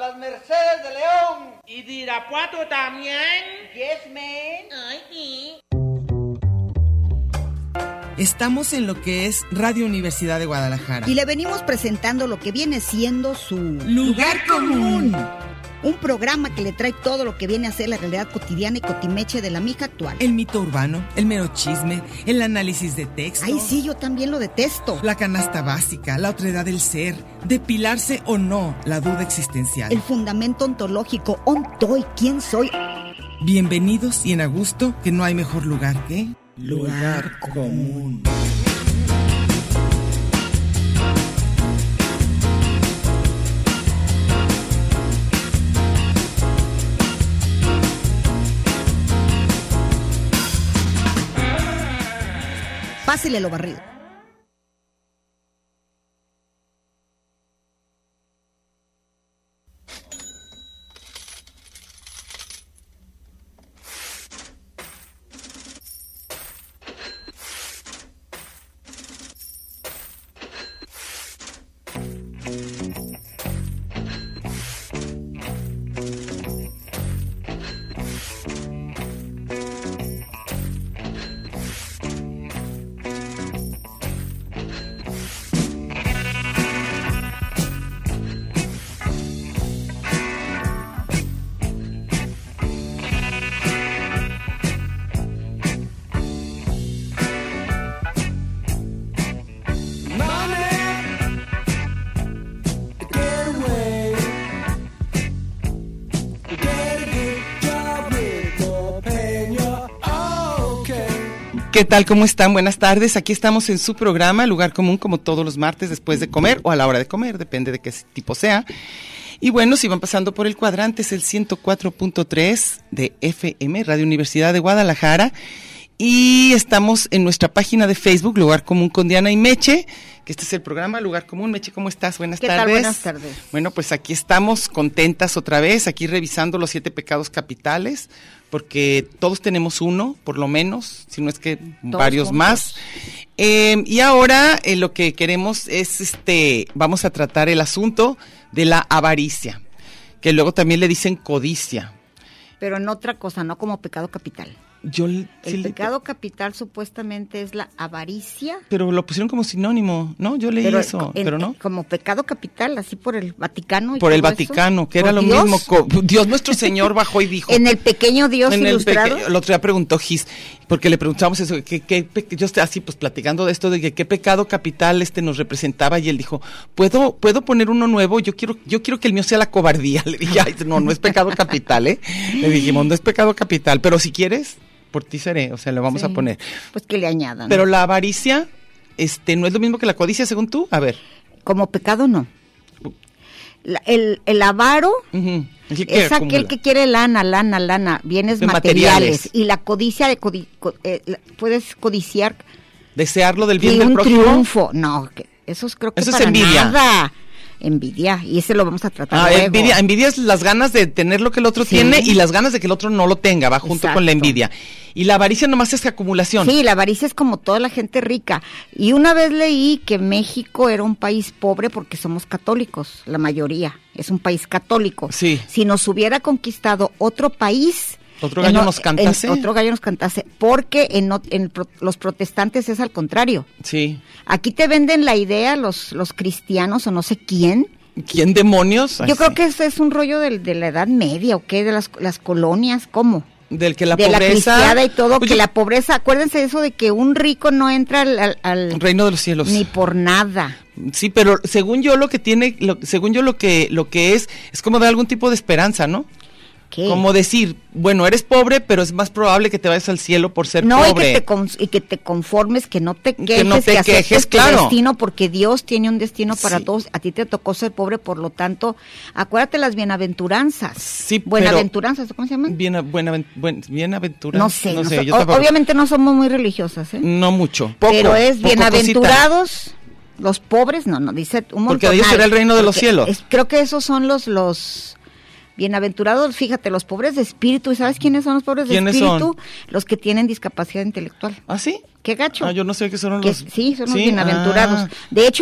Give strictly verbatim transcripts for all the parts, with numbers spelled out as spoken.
las Mercedes de León. ¿Y de Irapuato también? Yes, man. Ay, sí. Estamos en lo que es Radio Universidad de Guadalajara. Y le venimos presentando lo que viene siendo su Lugar Común. Un programa que le trae todo lo que viene a ser la realidad cotidiana y cotimeche de la mija actual. El mito urbano, el mero chisme, el análisis de texto. Ay, sí, yo también lo detesto. La canasta básica, la otredad del ser, depilarse o no, la duda existencial. El fundamento ontológico, ontoy, ¿quién soy? Bienvenidos y en a gusto, que no hay mejor lugar que... Lugar Común. Pásele lo barrido. ¿Qué tal? ¿Cómo están? Buenas tardes. Aquí estamos en su programa Lugar Común, como todos los martes después de comer o a la hora de comer, depende de qué tipo sea. Y bueno, si van pasando por el cuadrante, es el ciento cuatro punto tres de F M, Radio Universidad de Guadalajara. Y estamos en nuestra página de Facebook, Lugar Común con Diana y Meche, que este es el programa Lugar Común. Meche, ¿cómo estás? Buenas ¿Qué tardes. tal? Buenas tardes. Bueno, pues aquí estamos contentas otra vez, aquí revisando los siete pecados capitales, porque todos tenemos uno, por lo menos, si no es que todos varios juntos. Más. Eh, y ahora eh, lo que queremos es, este, vamos a tratar el asunto de la avaricia, que luego también le dicen codicia. Pero en otra cosa, no como pecado capital. Yo, el sí, pecado capital supuestamente es la avaricia. Pero lo pusieron como sinónimo, ¿no? Yo leí pero, eso, en, pero no. Como pecado capital, así por el Vaticano. Y por el todo Vaticano, eso. Que era lo Dios? mismo. Dios nuestro Señor bajó y dijo. En el pequeño Dios en ilustrado. El, peque, el otro día preguntó Gis, porque le preguntamos eso, que, que, que yo estoy así pues platicando de esto, de que qué pecado capital este nos representaba, y él dijo, ¿puedo puedo poner uno nuevo? Yo quiero yo quiero que el mío sea la cobardía. Le dije, ay, no, no es pecado capital, ¿eh? Le dijimos, no es pecado capital, pero si quieres... por ti seré, o sea, le vamos sí, a poner. Pues que le añadan. Pero la avaricia, este, ¿no es lo mismo que la codicia, según tú? A ver. Como pecado, no. La, el, el avaro uh-huh. es, es aquel que quiere lana, lana, lana, bienes materiales. materiales. Y la codicia, de codi, co, eh, la, puedes codiciar. Desearlo del bien del un prójimo. Triunfo. No, que, eso creo que eso para es envidia. Nada. Envidia, y ese lo vamos a tratar ah, luego. Envidia, envidia es las ganas de tener lo que el otro sí. tiene y las ganas de que el otro no lo tenga, va junto Exacto. con la envidia. Y la avaricia nomás es acumulación. Sí, la avaricia es como toda la gente rica. Y una vez leí que México era un país pobre porque somos católicos, la mayoría, es un país católico. Sí. Si nos hubiera conquistado otro país... Otro gallo en, nos cantase. En, otro gallo nos cantase, porque en, en pro, los protestantes es al contrario. Sí. Aquí te venden la idea los los cristianos o no sé quién. ¿Quién demonios? Ay, Yo sí. creo que eso es un rollo de, de la Edad Media, ¿o qué? De las, las colonias, ¿cómo? Del que la de pobreza... De la cristiada y todo, pues que yo... la pobreza, acuérdense de eso de que un rico no entra al, al, al... reino de los cielos. Ni por nada. Sí, pero según yo lo que tiene, lo, según yo lo que lo que es, es como dar algún tipo de esperanza, ¿no? ¿Qué? Como decir, bueno, eres pobre, pero es más probable que te vayas al cielo por ser no, pobre. No, y, que te con, y que te conformes, que no te quejes, que, no te que quejes, tu claro. destino, porque Dios tiene un destino para sí. todos. A ti te tocó ser pobre, por lo tanto, acuérdate las bienaventuranzas. Sí, Buenaventuranzas, ¿cómo se llaman? Buena, buena, buen, bienaventuranzas. No sé, no no sé so, yo o, obviamente no somos muy religiosas, ¿eh? No mucho, poco. Pero es poco bienaventurados... Cosita. Los pobres, no, no, dice un montón. Porque de ellos será el reino de los cielos. Es, creo que esos son los... los bienaventurados, fíjate, los pobres de espíritu. ¿Y sabes quiénes son los pobres de espíritu? Son? Los que tienen discapacidad intelectual. ¿Ah, sí? ¿Qué gacho? Ah, yo no sé qué son que, los... Sí, son los ¿Sí? bienaventurados. Ah. De hecho,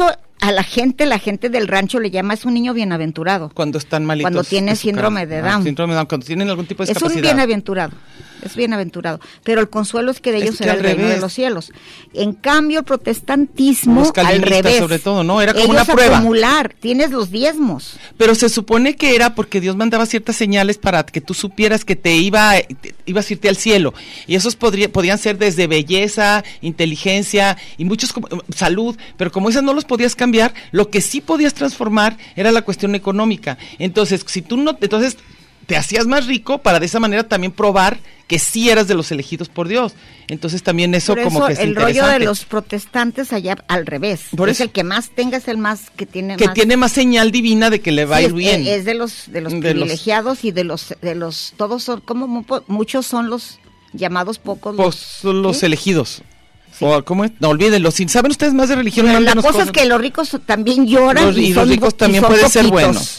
a la gente, la gente del rancho le llama, es un niño bienaventurado. Cuando están malitos. Cuando tiene síndrome de Down. Ah, síndrome de Down, cuando tienen algún tipo de discapacidad. Es un bienaventurado, es bienaventurado. Pero el consuelo es que de ellos es que será el reino de los cielos. En cambio, el protestantismo, al revés. Sobre todo, ¿no? Era como ellos una prueba. Acumular, tienes los diezmos. Pero se supone que era porque Dios mandaba ciertas señales para que tú supieras que te iba, te, ibas a irte al cielo. Y esos podría, podían ser desde belleza, inteligencia y muchos, como, salud, pero como esas no los podías cambiar, lo que sí podías transformar era la cuestión económica. Entonces, si tú no, entonces te hacías más rico para de esa manera también probar que sí eras de los elegidos por Dios. Entonces también eso, por como eso, que es el interesante. rollo de los protestantes allá al revés. Por es eso. el que más tenga, es el más que tiene que más, tiene más señal divina de que le va sí, a ir bien. Es, es de los de los de privilegiados los, y de los de los todos son como mu, muchos son los llamados pocos pues, los, son los ¿sí? elegidos. Sí. O, ¿cómo es? No, olvídenlo. Si saben ustedes más de religión, Pero la mándenos cosa cosas. es que los ricos también lloran los, y, y, y son, los ricos también y son pueden ser poquitos. buenos.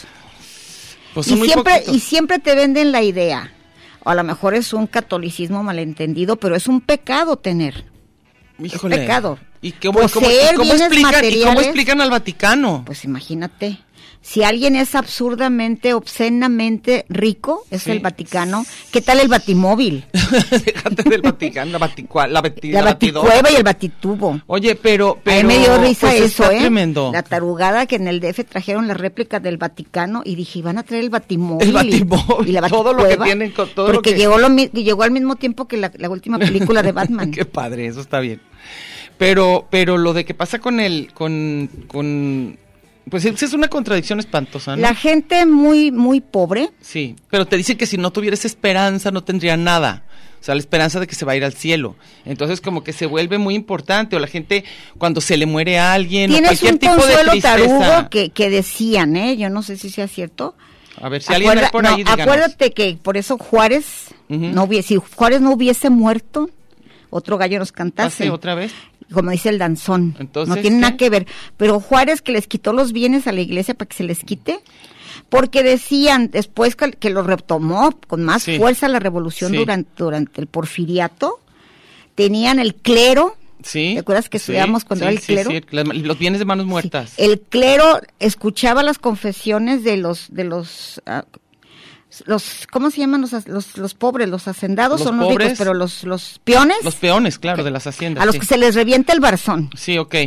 Pues son y muy siempre poquitos. y siempre te venden la idea. O a lo mejor es un catolicismo malentendido, pero es un pecado tener. Híjole. Es pecado. ¿Y cómo, cómo, Poseer y cómo bienes explican, ¿y cómo materiales? explican al Vaticano? Pues imagínate, si alguien es absurdamente, obscenamente rico, es Sí. el Vaticano. ¿Qué tal el Batimóvil? Déjate del Vaticano, la, baticua, la, bati, La, la batidora. Baticueva y el Batitubo. Oye, pero, pero A mí me dio risa pues eso, está ¿eh? tremendo. La tarugada que en el D F trajeron la réplica del Vaticano y dije, van a traer el Batimóvil. El Batimóvil, y la todo lo que Baticueva, tienen con todo porque lo que... llegó, lo, mi- llegó al mismo tiempo que la, la última película de Batman. Qué padre, eso está bien. Pero, pero lo de que pasa con el, con, con, pues es, es una contradicción espantosa, ¿no? La gente muy, muy pobre. Sí, pero te dicen que si no tuviera esa esperanza no tendría nada. O sea, la esperanza de que se va a ir al cielo. Entonces como que se vuelve muy importante. O la gente cuando se le muere a alguien o Tienes cualquier un tipo de consuelo tristeza. tarugo que, que decían, ¿eh? Yo no sé si sea cierto. A ver, si alguien hay por ahí, no, díganos. acuérdate que por eso Juárez, Ujú. no hubiese, si Juárez no hubiese muerto, otro gallo nos cantase. ¿Pase otra vez? Como dice el danzón. Entonces, no tiene ¿qué? nada que ver. Pero Juárez que les quitó los bienes a la iglesia para que se les quite, porque decían después que, que lo retomó con más Sí. fuerza la revolución Sí. durante, durante el porfiriato, tenían el clero. Sí. ¿Te acuerdas que sí, estudiamos cuando sí, era el sí, clero? sí, las- los bienes de manos muertas. Sí. El clero escuchaba las confesiones de los de los ah, los ¿cómo se llaman los los, los pobres, los hacendados Los son los pobres. ricos, pero los los peones, Los peones, claro, de las haciendas. a los sí. que se les revienta el barzón. Sí, ok.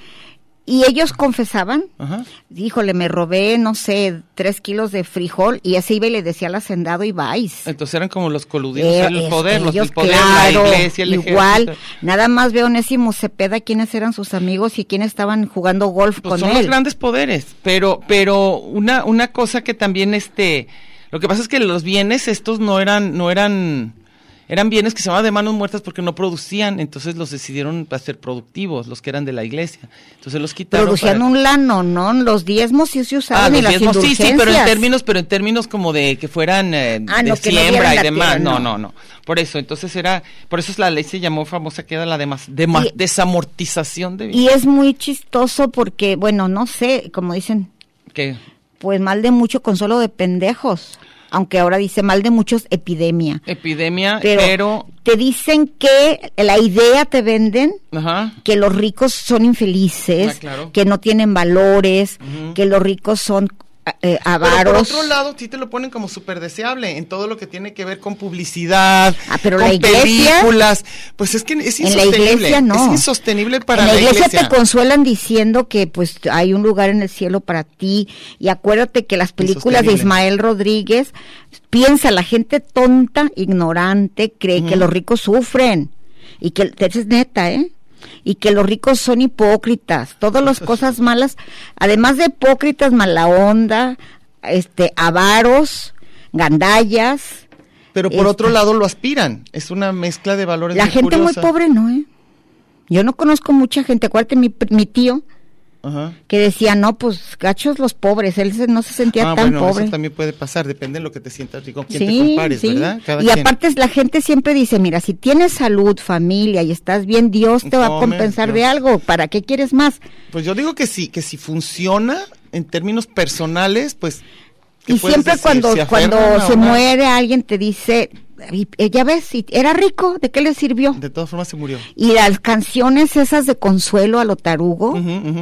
Y ellos confesaban, Ajá. híjole, me robé, no sé, tres kilos de frijol, y ese iba y le decía al hacendado y vais. Entonces eran como los coludidos, Eh, o sea, el es- poder, los, ellos, el poder, claro, la iglesia, el igual, ejército. nada más veo Onésimo Cepeda quiénes eran sus amigos y quiénes estaban jugando golf Pues con son él. los grandes poderes, pero, pero una, una cosa que también este, lo que pasa es que los bienes estos no eran, no eran, eran bienes que se llamaban de manos muertas porque no producían, entonces los decidieron hacer productivos, los que eran de la iglesia, entonces los quitaron. Producían para- un lano, ¿no? Los diezmos sí se Ah, usaban y los las diezmos, sí, indulgencias. sí, pero en términos, pero en términos como de que fueran eh, Ah, de no, que no siembra dieran y la demás. tierra, No, no. no, no. Por eso, entonces era, por eso es la ley se llamó famosa que era la de más, de ma- Y- desamortización de Y es muy chistoso porque, bueno, no sé, como dicen, que pues mal de mucho consuelo de pendejos, aunque ahora dice mal de muchos epidemia. epidemia, Pero, pero, te dicen que la idea te venden ajá. que los ricos son infelices, Ah, claro. que no tienen valores, Ujú. que los ricos son eh, Pero avaros. por otro lado, sí te lo ponen como súper deseable en todo lo que tiene que ver con publicidad, Ah, pero con la iglesia- películas. Pues es que es En la insostenible. iglesia no. Es insostenible para en la la iglesia, iglesia. te consuelan diciendo que pues hay un lugar en el cielo para ti, y acuérdate que las películas de Insostenible. Ismael Rodríguez, piensa, la gente tonta, ignorante, cree Ujú. que los ricos sufren, y que, eso es neta, ¿eh? Y que los ricos son hipócritas, todas las cosas malas, además de hipócritas, mala onda, este, avaros, gandallas. Pero por Este- otro lado lo aspiran. Es una mezcla de valores La muy gente curiosa. muy pobre no, ¿eh? Yo no conozco mucha gente, acuérdate mi, mi tío, Ajá. que decía, no, pues gachos los pobres, él se- no se sentía Ah, tan bueno, pobre. eso también puede pasar, depende de lo que te sientas rico, quién te Sí, compares, sí. ¿verdad? Cada Y quien. aparte la gente siempre dice, mira, si tienes salud, familia y estás bien, Dios te va a Come, compensar de Dios. algo, ¿para qué quieres más? Pues yo digo que sí, que si funciona en términos personales, pues... ¿qué Y puedes siempre decir? cuando, ¿Se cuando aferran a se una- muere alguien te dice, "Y, eh, ya ves, si era rico, ¿de qué le sirvió?" De todas formas se murió. Y las canciones esas de consuelo a lo tarugo, Ujú, ujú.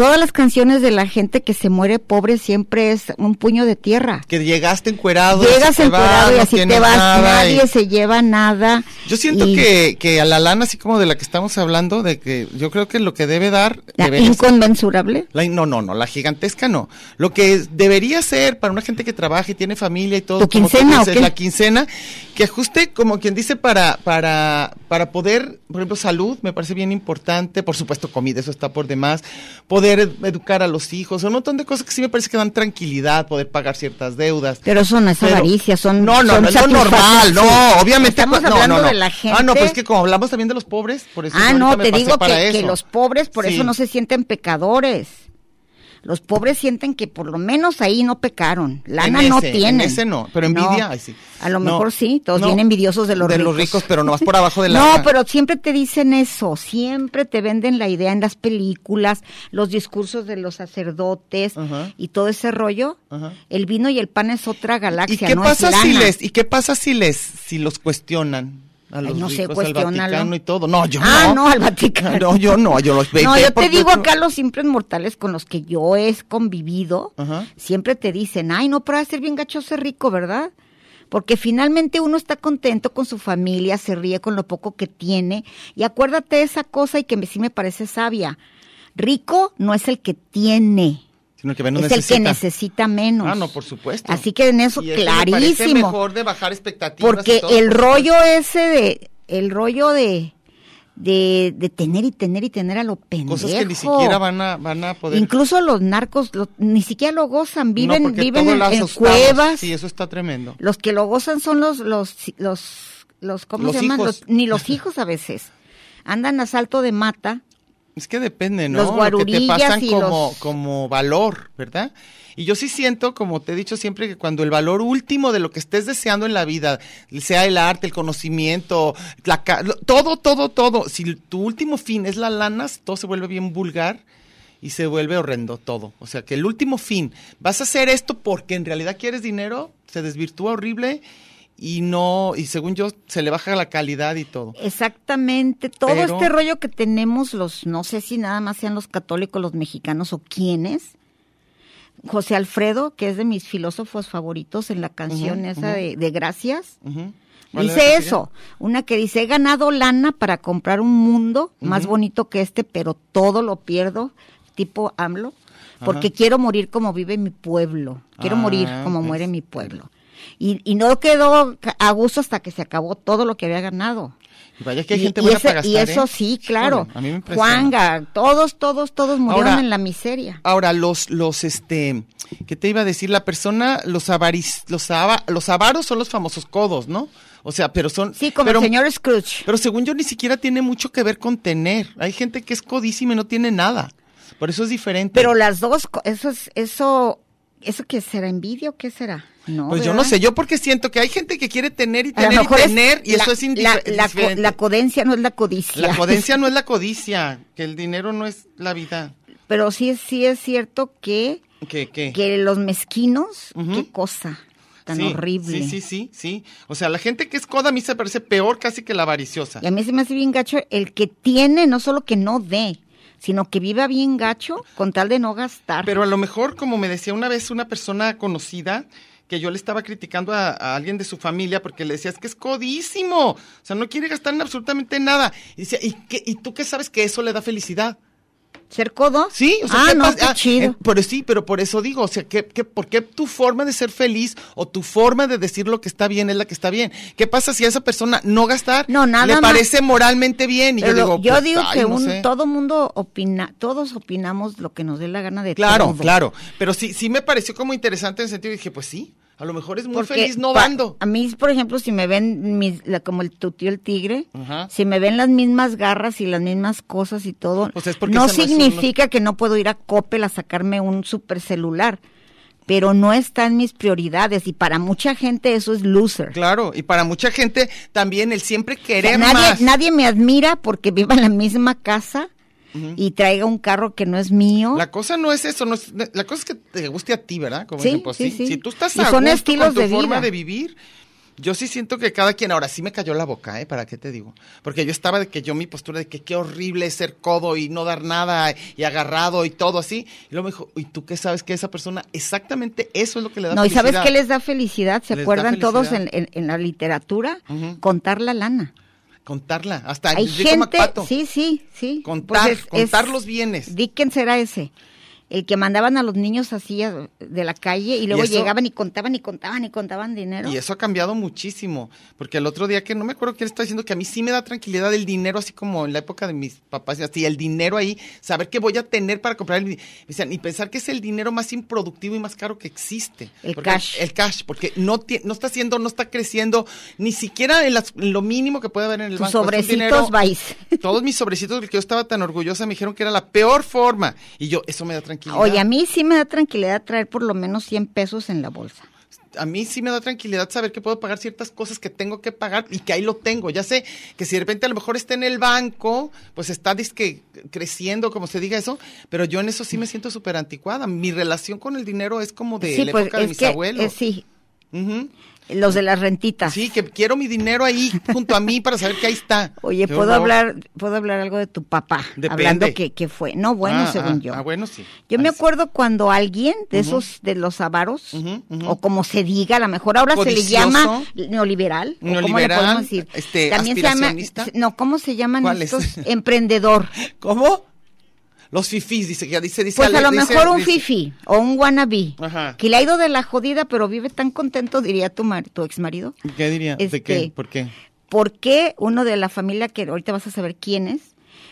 todas las canciones de la gente que se muere pobre siempre es un puño de tierra. Que llegaste encuerado. Llegas encuerado y así te vas, nadie y... se lleva nada. Yo siento y... que, que a la lana, así como de la que estamos hablando, de que yo creo que lo que debe dar... ¿La inconmensurable? La, no, no, no, la gigantesca no. Lo que debería ser para una gente que trabaja y tiene familia y todo. ¿Tu quincena dices, o qué? La quincena, que ajuste, como quien dice, para, para, para poder, por ejemplo, salud, me parece bien importante, por supuesto comida, eso está por demás, poder ed- educar a los hijos, un montón de cosas que sí me parece que dan tranquilidad, poder pagar ciertas deudas. Pero eso no es Pero, avaricia, son No, no, son no es lo normal, no, obviamente. Estamos no, hablando no, no. de la gente. Ah, no, pues es que como hablamos también de los pobres, por eso Ah, no, te digo para que, eso. que los pobres por Sí. eso no se sienten pecadores. Los pobres sienten que por lo menos ahí no pecaron. Lana en no ese, tienen. En ese no, pero envidia, no. ay, sí. A lo No, mejor sí, todos no, bien envidiosos de los de ricos. los ricos, pero nomás por abajo de la... No, pero siempre te dicen eso, siempre te venden la idea en las películas, los discursos de los sacerdotes Ajá. y todo ese rollo. Ajá. El vino y el pan es otra galaxia, ¿Y qué no pasa es lana. si les, y qué pasa si les, si los cuestionan? A los Ay, no sé, ricos, al cuestiónalo. Vaticano y todo. No, yo Ah, no. no, al Vaticano. No, yo no, yo los veo. No, yo te digo acá los simples mortales con los que yo he convivido, Ajá. siempre te dicen, ay, no, para ser bien gacho ser rico, ¿verdad? Porque finalmente uno está contento con su familia, se ríe con lo poco que tiene, y acuérdate de esa cosa y que me, sí me parece sabia. Rico no es el que tiene, Sino que menos es necesita. el que necesita menos. Ah, no, por supuesto. Así que en eso, Y eso clarísimo. me parece mejor de bajar expectativas. Porque y todo, el por rollo ese de, el rollo de, de, de tener y tener y tener a lo pendejo. Cosas que ni siquiera van a, van a poder. Incluso los narcos lo, ni siquiera lo gozan, viven, No, porque viven todo en, lo en asustamos. cuevas. Sí, eso está tremendo. Los que lo gozan son los, los, los, los ¿cómo Los se llaman? hijos. Los, ni los hijos a veces. Andan a salto de mata. Es que depende, ¿no? Los Lo que te guarurillas pasan y como, los- como valor, ¿verdad? Y yo sí siento, como te he dicho siempre, que cuando el valor último de lo que estés deseando en la vida, sea el arte, el conocimiento, la, ca- lo- todo, todo, todo, si tu último fin es la lana, todo se vuelve bien vulgar y se vuelve horrendo todo. O sea, que el último fin, vas a hacer esto porque en realidad quieres dinero, se desvirtúa horrible y no, y según yo, se le baja la calidad y todo. Exactamente, todo Pero- este rollo que tenemos los, no sé si nada más sean los católicos, los mexicanos o quiénes. José Alfredo, que es de mis filósofos favoritos en la canción Ujú, esa ujú. de, de Gracias, Ujú. ¿Cuál era dice la que eso, una que dice, he ganado lana para comprar un mundo más Ujú. bonito que este, pero todo lo pierdo, tipo AMLO, porque Ajá. quiero morir como vive mi pueblo, quiero Ah, morir como pues. muere mi pueblo. Y, y no quedó ca- a gusto hasta que se acabó todo lo que había ganado. Y vaya que hay Y- gente y, buena ese- para gastar, y eso ¿eh? sí, claro. Híjole, a mí me impresiona. Juanga, todos, todos, todos murieron Ahora- en la miseria. Ahora, los, los, este, ¿qué te iba a decir? La persona, los avaris, los, ava- los avaros son los famosos codos, ¿no? O sea, pero son... Sí, como pero, el señor Scrooge. Pero según yo ni siquiera tiene mucho que ver con tener. Hay gente que es codísima y no tiene nada. Por eso es diferente. Pero las dos, co- eso es, eso, ¿eso qué será? ¿Envidia o qué será? No, Pues yo ¿verdad? no sé, yo porque siento que hay gente que quiere tener y A lo tener y mejor es tener, y la- eso es indi- la, la, co- diferente. la codencia no es la codicia. La codencia no es la codicia, que el dinero no es la vida. Pero sí, es- sí es cierto que, ¿Qué, qué? que los mezquinos, Ujú. qué cosa tan Sí, horrible. Sí, sí, sí, sí. O sea, la gente que es coda a mí se parece peor casi que la avariciosa. Y a mí se me hace bien gacho el que tiene, no solo que no dé, sino que viva bien gacho con tal de no gastar. Pero a lo mejor, como me decía una vez una persona conocida, que yo le estaba criticando a, a alguien de su familia porque le decía, es que es codísimo, o sea, no quiere gastar en absolutamente nada. Y decía, ¿y, qué, ¿y tú qué sabes que eso le da felicidad? ¿Ser codo? Sí, o sea, ah, ¿qué no, pasa? qué Ah, chido. eh, pero sí, pero por eso digo, o sea, ¿qué, qué, ¿por qué tu forma de ser feliz o tu forma de decir lo que está bien es la que está bien? ¿Qué pasa si a esa persona no gastar No, nada le más. parece moralmente bien? Y Pero yo digo, yo pues, digo ay, que no un, sé. todo mundo opina, todos opinamos lo que nos dé la gana de Claro, todo. claro, pero sí, sí me pareció como interesante en el sentido, dije, pues sí, a lo mejor es muy Porque feliz no pa- dando. A mí, por ejemplo, si me ven mis, la- como el tu tío el tigre, Ajá. si me ven las mismas garras y las mismas cosas y todo, Pues es porque no ese no es significa que no puedo ir a Coppel a sacarme un super celular, pero no está en mis prioridades y para mucha gente eso es loser. Claro, y para mucha gente también el siempre O sea, querer nadie, más. nadie me admira porque viva en la misma casa y traiga un carro que no es mío. La cosa no es eso, no es, la cosa es que te guste a ti, ¿verdad? Como Sí, dicen, pues, sí, sí. sí. Si tú estás Y a son gusto estilos con tu de forma vida. de vivir, Yo sí siento que cada quien, ahora sí me cayó la boca, ¿eh? ¿Para qué te digo? Porque yo estaba de que yo mi postura de que qué horrible es ser codo y no dar nada y agarrado y todo así. Y luego me dijo, ¿y tú qué sabes que esa persona exactamente eso es lo que le da no, felicidad? No, ¿y sabes qué les da felicidad? ¿Se les acuerdan todos en, en, en la literatura? Uh-huh. Contar la lana. Contarla, hasta hay gente, Macpato. sí, sí, sí. Contar, pues es, contar es, los bienes. Dickens era ese. El que mandaban a los niños así de la calle y luego y eso, llegaban y contaban y contaban y contaban dinero. Y eso ha cambiado muchísimo, porque el otro día que no me acuerdo quién está diciendo que a mí sí me da tranquilidad el dinero, así como en la época de mis papás, así el dinero ahí, saber qué voy a tener para comprar el y pensar que es el dinero más improductivo y más caro que existe. El cash. El cash, porque no, t- no está haciendo, no está creciendo, ni siquiera en, las, en lo mínimo que puede haber en el Tus banco. sobrecitos vais. Todos mis sobrecitos, que yo estaba tan orgullosa, me dijeron que era la peor forma, y yo, eso me da tranquilidad. Oye, a mí sí me da tranquilidad traer por lo menos cien pesos en la bolsa. A mí sí me da tranquilidad saber que puedo pagar ciertas cosas que tengo que pagar y que ahí lo tengo. Ya sé que si de repente a lo mejor está en el banco, pues está disque creciendo, como se diga eso, pero yo en eso sí me siento súper anticuada. Mi relación con el dinero es como de sí, la pues, época de mis que, abuelos. Eh, sí. Uh-huh. Los de las rentitas. Sí, que quiero mi dinero ahí junto a mí para saber que ahí está. Oye, Qué ¿puedo horror. hablar puedo hablar algo de tu papá? Depende. Hablando que, que fue. No, bueno, ah, según ah, yo. Ah, bueno, sí. Yo ah, me sí. acuerdo cuando alguien de uh-huh. esos, de los avaros, uh-huh, uh-huh. o como se diga, a lo mejor ahora Codicioso. se le llama neoliberal. Neoliberal, ¿cómo le podemos decir? Este, También se llama, no, ¿cómo se llaman estos? Emprendedor. ¿Cómo? Los fifís, dice, ya dice, dice. Pues Ale, a lo dice, mejor un dice, fifi o un wannabe, Ajá. que le ha ido de la jodida, pero vive tan contento, diría tu mar, tu ex marido. ¿Qué diría? Este, ¿De qué? ¿Por qué? Porque uno de la familia, que ahorita vas a saber quién es,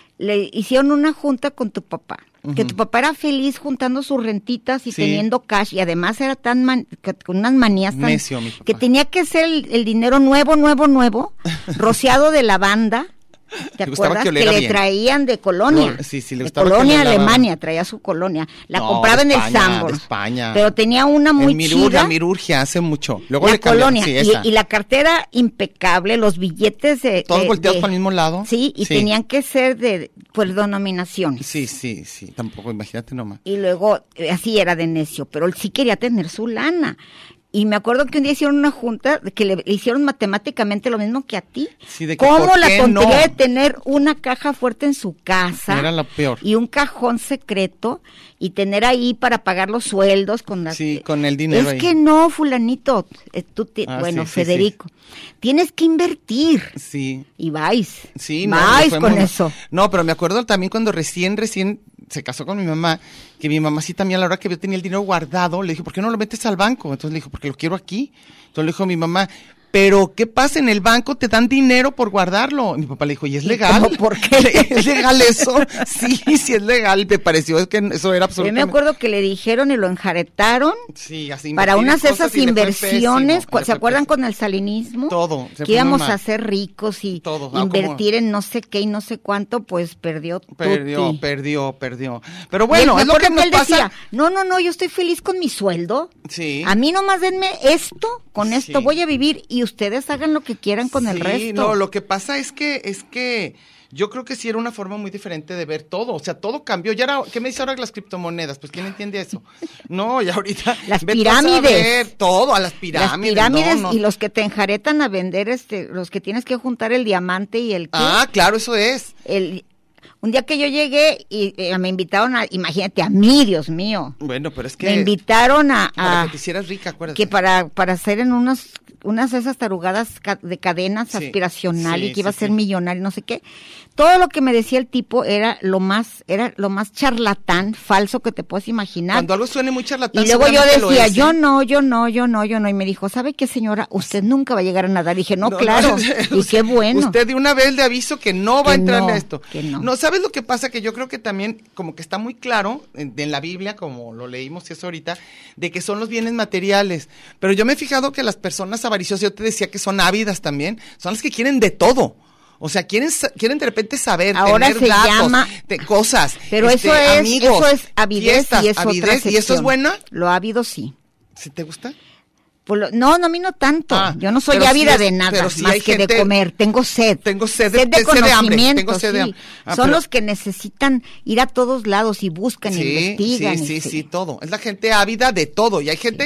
le hicieron una junta con tu papá. Uh-huh. Que tu papá era feliz juntando sus rentitas y sí. teniendo cash, y además era tan man, que, con unas manías tan Necio, mi papá. Que tenía que ser el, el dinero nuevo, nuevo, nuevo, rociado de lavanda. ¿Te acuerdas? Que, que le bien. traían de colonia. No, sí, sí, le de colonia, Alemania, traía su colonia. La no, compraba en España, el Sambor. De España. Pero tenía una muy en Mirurgia, chida. Mirurgia, hace mucho. Luego la le cambiaron, colonia. Sí, y, esa. y la cartera impecable, los billetes de... Todos de, volteados de, para el mismo lado. Sí, y sí. tenían que ser de, pues, denominaciones. Sí, sí, sí, tampoco, imagínate nomás. Y luego, así era de necio, pero él sí quería tener su lana. Y me acuerdo que un día hicieron una junta que le, le hicieron matemáticamente lo mismo que a ti. Sí, de que ¿Cómo ¿por la qué tontería no? de tener una caja fuerte en su casa? Era lo peor. Y un cajón secreto y tener ahí para pagar los sueldos con las... Sí, con el dinero Es ahí. que no, fulanito, eh, tú te, Ah, bueno, sí, sí, Federico, sí. tienes que invertir. Sí. Y vais. Sí, vais no, con muy... eso. No, pero me acuerdo también cuando recién, recién se casó con mi mamá, que mi mamá sí también a la hora que yo tenía el dinero guardado, le dije, ¿por qué no lo metes al banco? Entonces le dijo, porque lo quiero aquí. Entonces le dijo a mi mamá, pero ¿qué pasa? En el banco te dan dinero por guardarlo. Y mi papá le dijo, ¿y es legal? ¿Cómo? ¿Por qué? ¿Es legal eso? Sí, sí es legal. Me pareció que eso era absolutamente... Yo me acuerdo que le dijeron y lo enjaretaron sí, así para unas de esas inversiones. Pésimo, ¿Se acuerdan con el salinismo? Todo. Que íbamos a ser ricos y Todo. invertir ah, en no sé qué y no sé cuánto, pues perdió Perdió, tutti. perdió, perdió. Pero bueno, él, es lo que, que nos él pasa. Decía, no, no, no, yo estoy feliz con mi sueldo. Sí. A mí nomás denme esto, con esto sí. voy a vivir y ustedes hagan lo que quieran con sí, el resto. No, lo que pasa es que, es que yo creo que sí era una forma muy diferente de ver todo, o sea, todo cambió. Ya era, ¿qué me dice ahora las criptomonedas? Pues ¿quién entiende eso? No, y ahorita las pirámides, ver todo, a las pirámides, las pirámides no, no. y los que te enjaretan a vender, este, los que tienes que juntar el diamante y el ¿qué? Ah, claro, eso es. El Un día que yo llegué y eh, me invitaron a, imagínate, a mí, Dios mío. Bueno, pero es que me invitaron a, a para que te hicieras rica, acuérdate. Que para para hacer en unas unas de esas tarugadas ca- de cadenas sí, aspiracional sí, y que iba sí, a ser sí. millonario, no sé qué. Todo lo que me decía el tipo era lo más era lo más charlatán, falso que te puedes imaginar. Cuando algo suene muy charlatán. Y luego yo decía, es, yo ¿eh? no, yo no, yo no, yo no. Y me dijo, ¿sabe qué, señora? Usted nunca va a llegar a nadar. Y dije, no, no claro. No, y qué bueno. Usted de una vez le aviso que no va que a entrar no, en esto. Que no. no, ¿sabes lo que pasa? Que yo creo que también, como que está muy claro en, en la Biblia, como lo leímos y eso ahorita, de que son los bienes materiales. Pero yo me he fijado que las personas avariciosas, yo te decía que son ávidas también, son las que quieren de todo. O sea, quieren quieren de repente saber, ahora tener se datos, llama, te, cosas, pero este, eso es, amigos, eso es avidez fiestas, y es avidez, otra sección. ¿Y eso es buena? Lo ávido sí. ¿Sí te gusta? Pues lo, no, no, a mí no tanto. Ah, yo no soy pero ávida sí es, de nada, sí más que gente, de comer. Tengo sed. Tengo sed de, sed de, de conocimiento, hambre. Tengo sed de hambre. Ah, Son pero, los que necesitan ir a todos lados y buscan, sí, investigan. Sí, sí, y sí, sí, todo. Es la gente ávida de todo. Y hay gente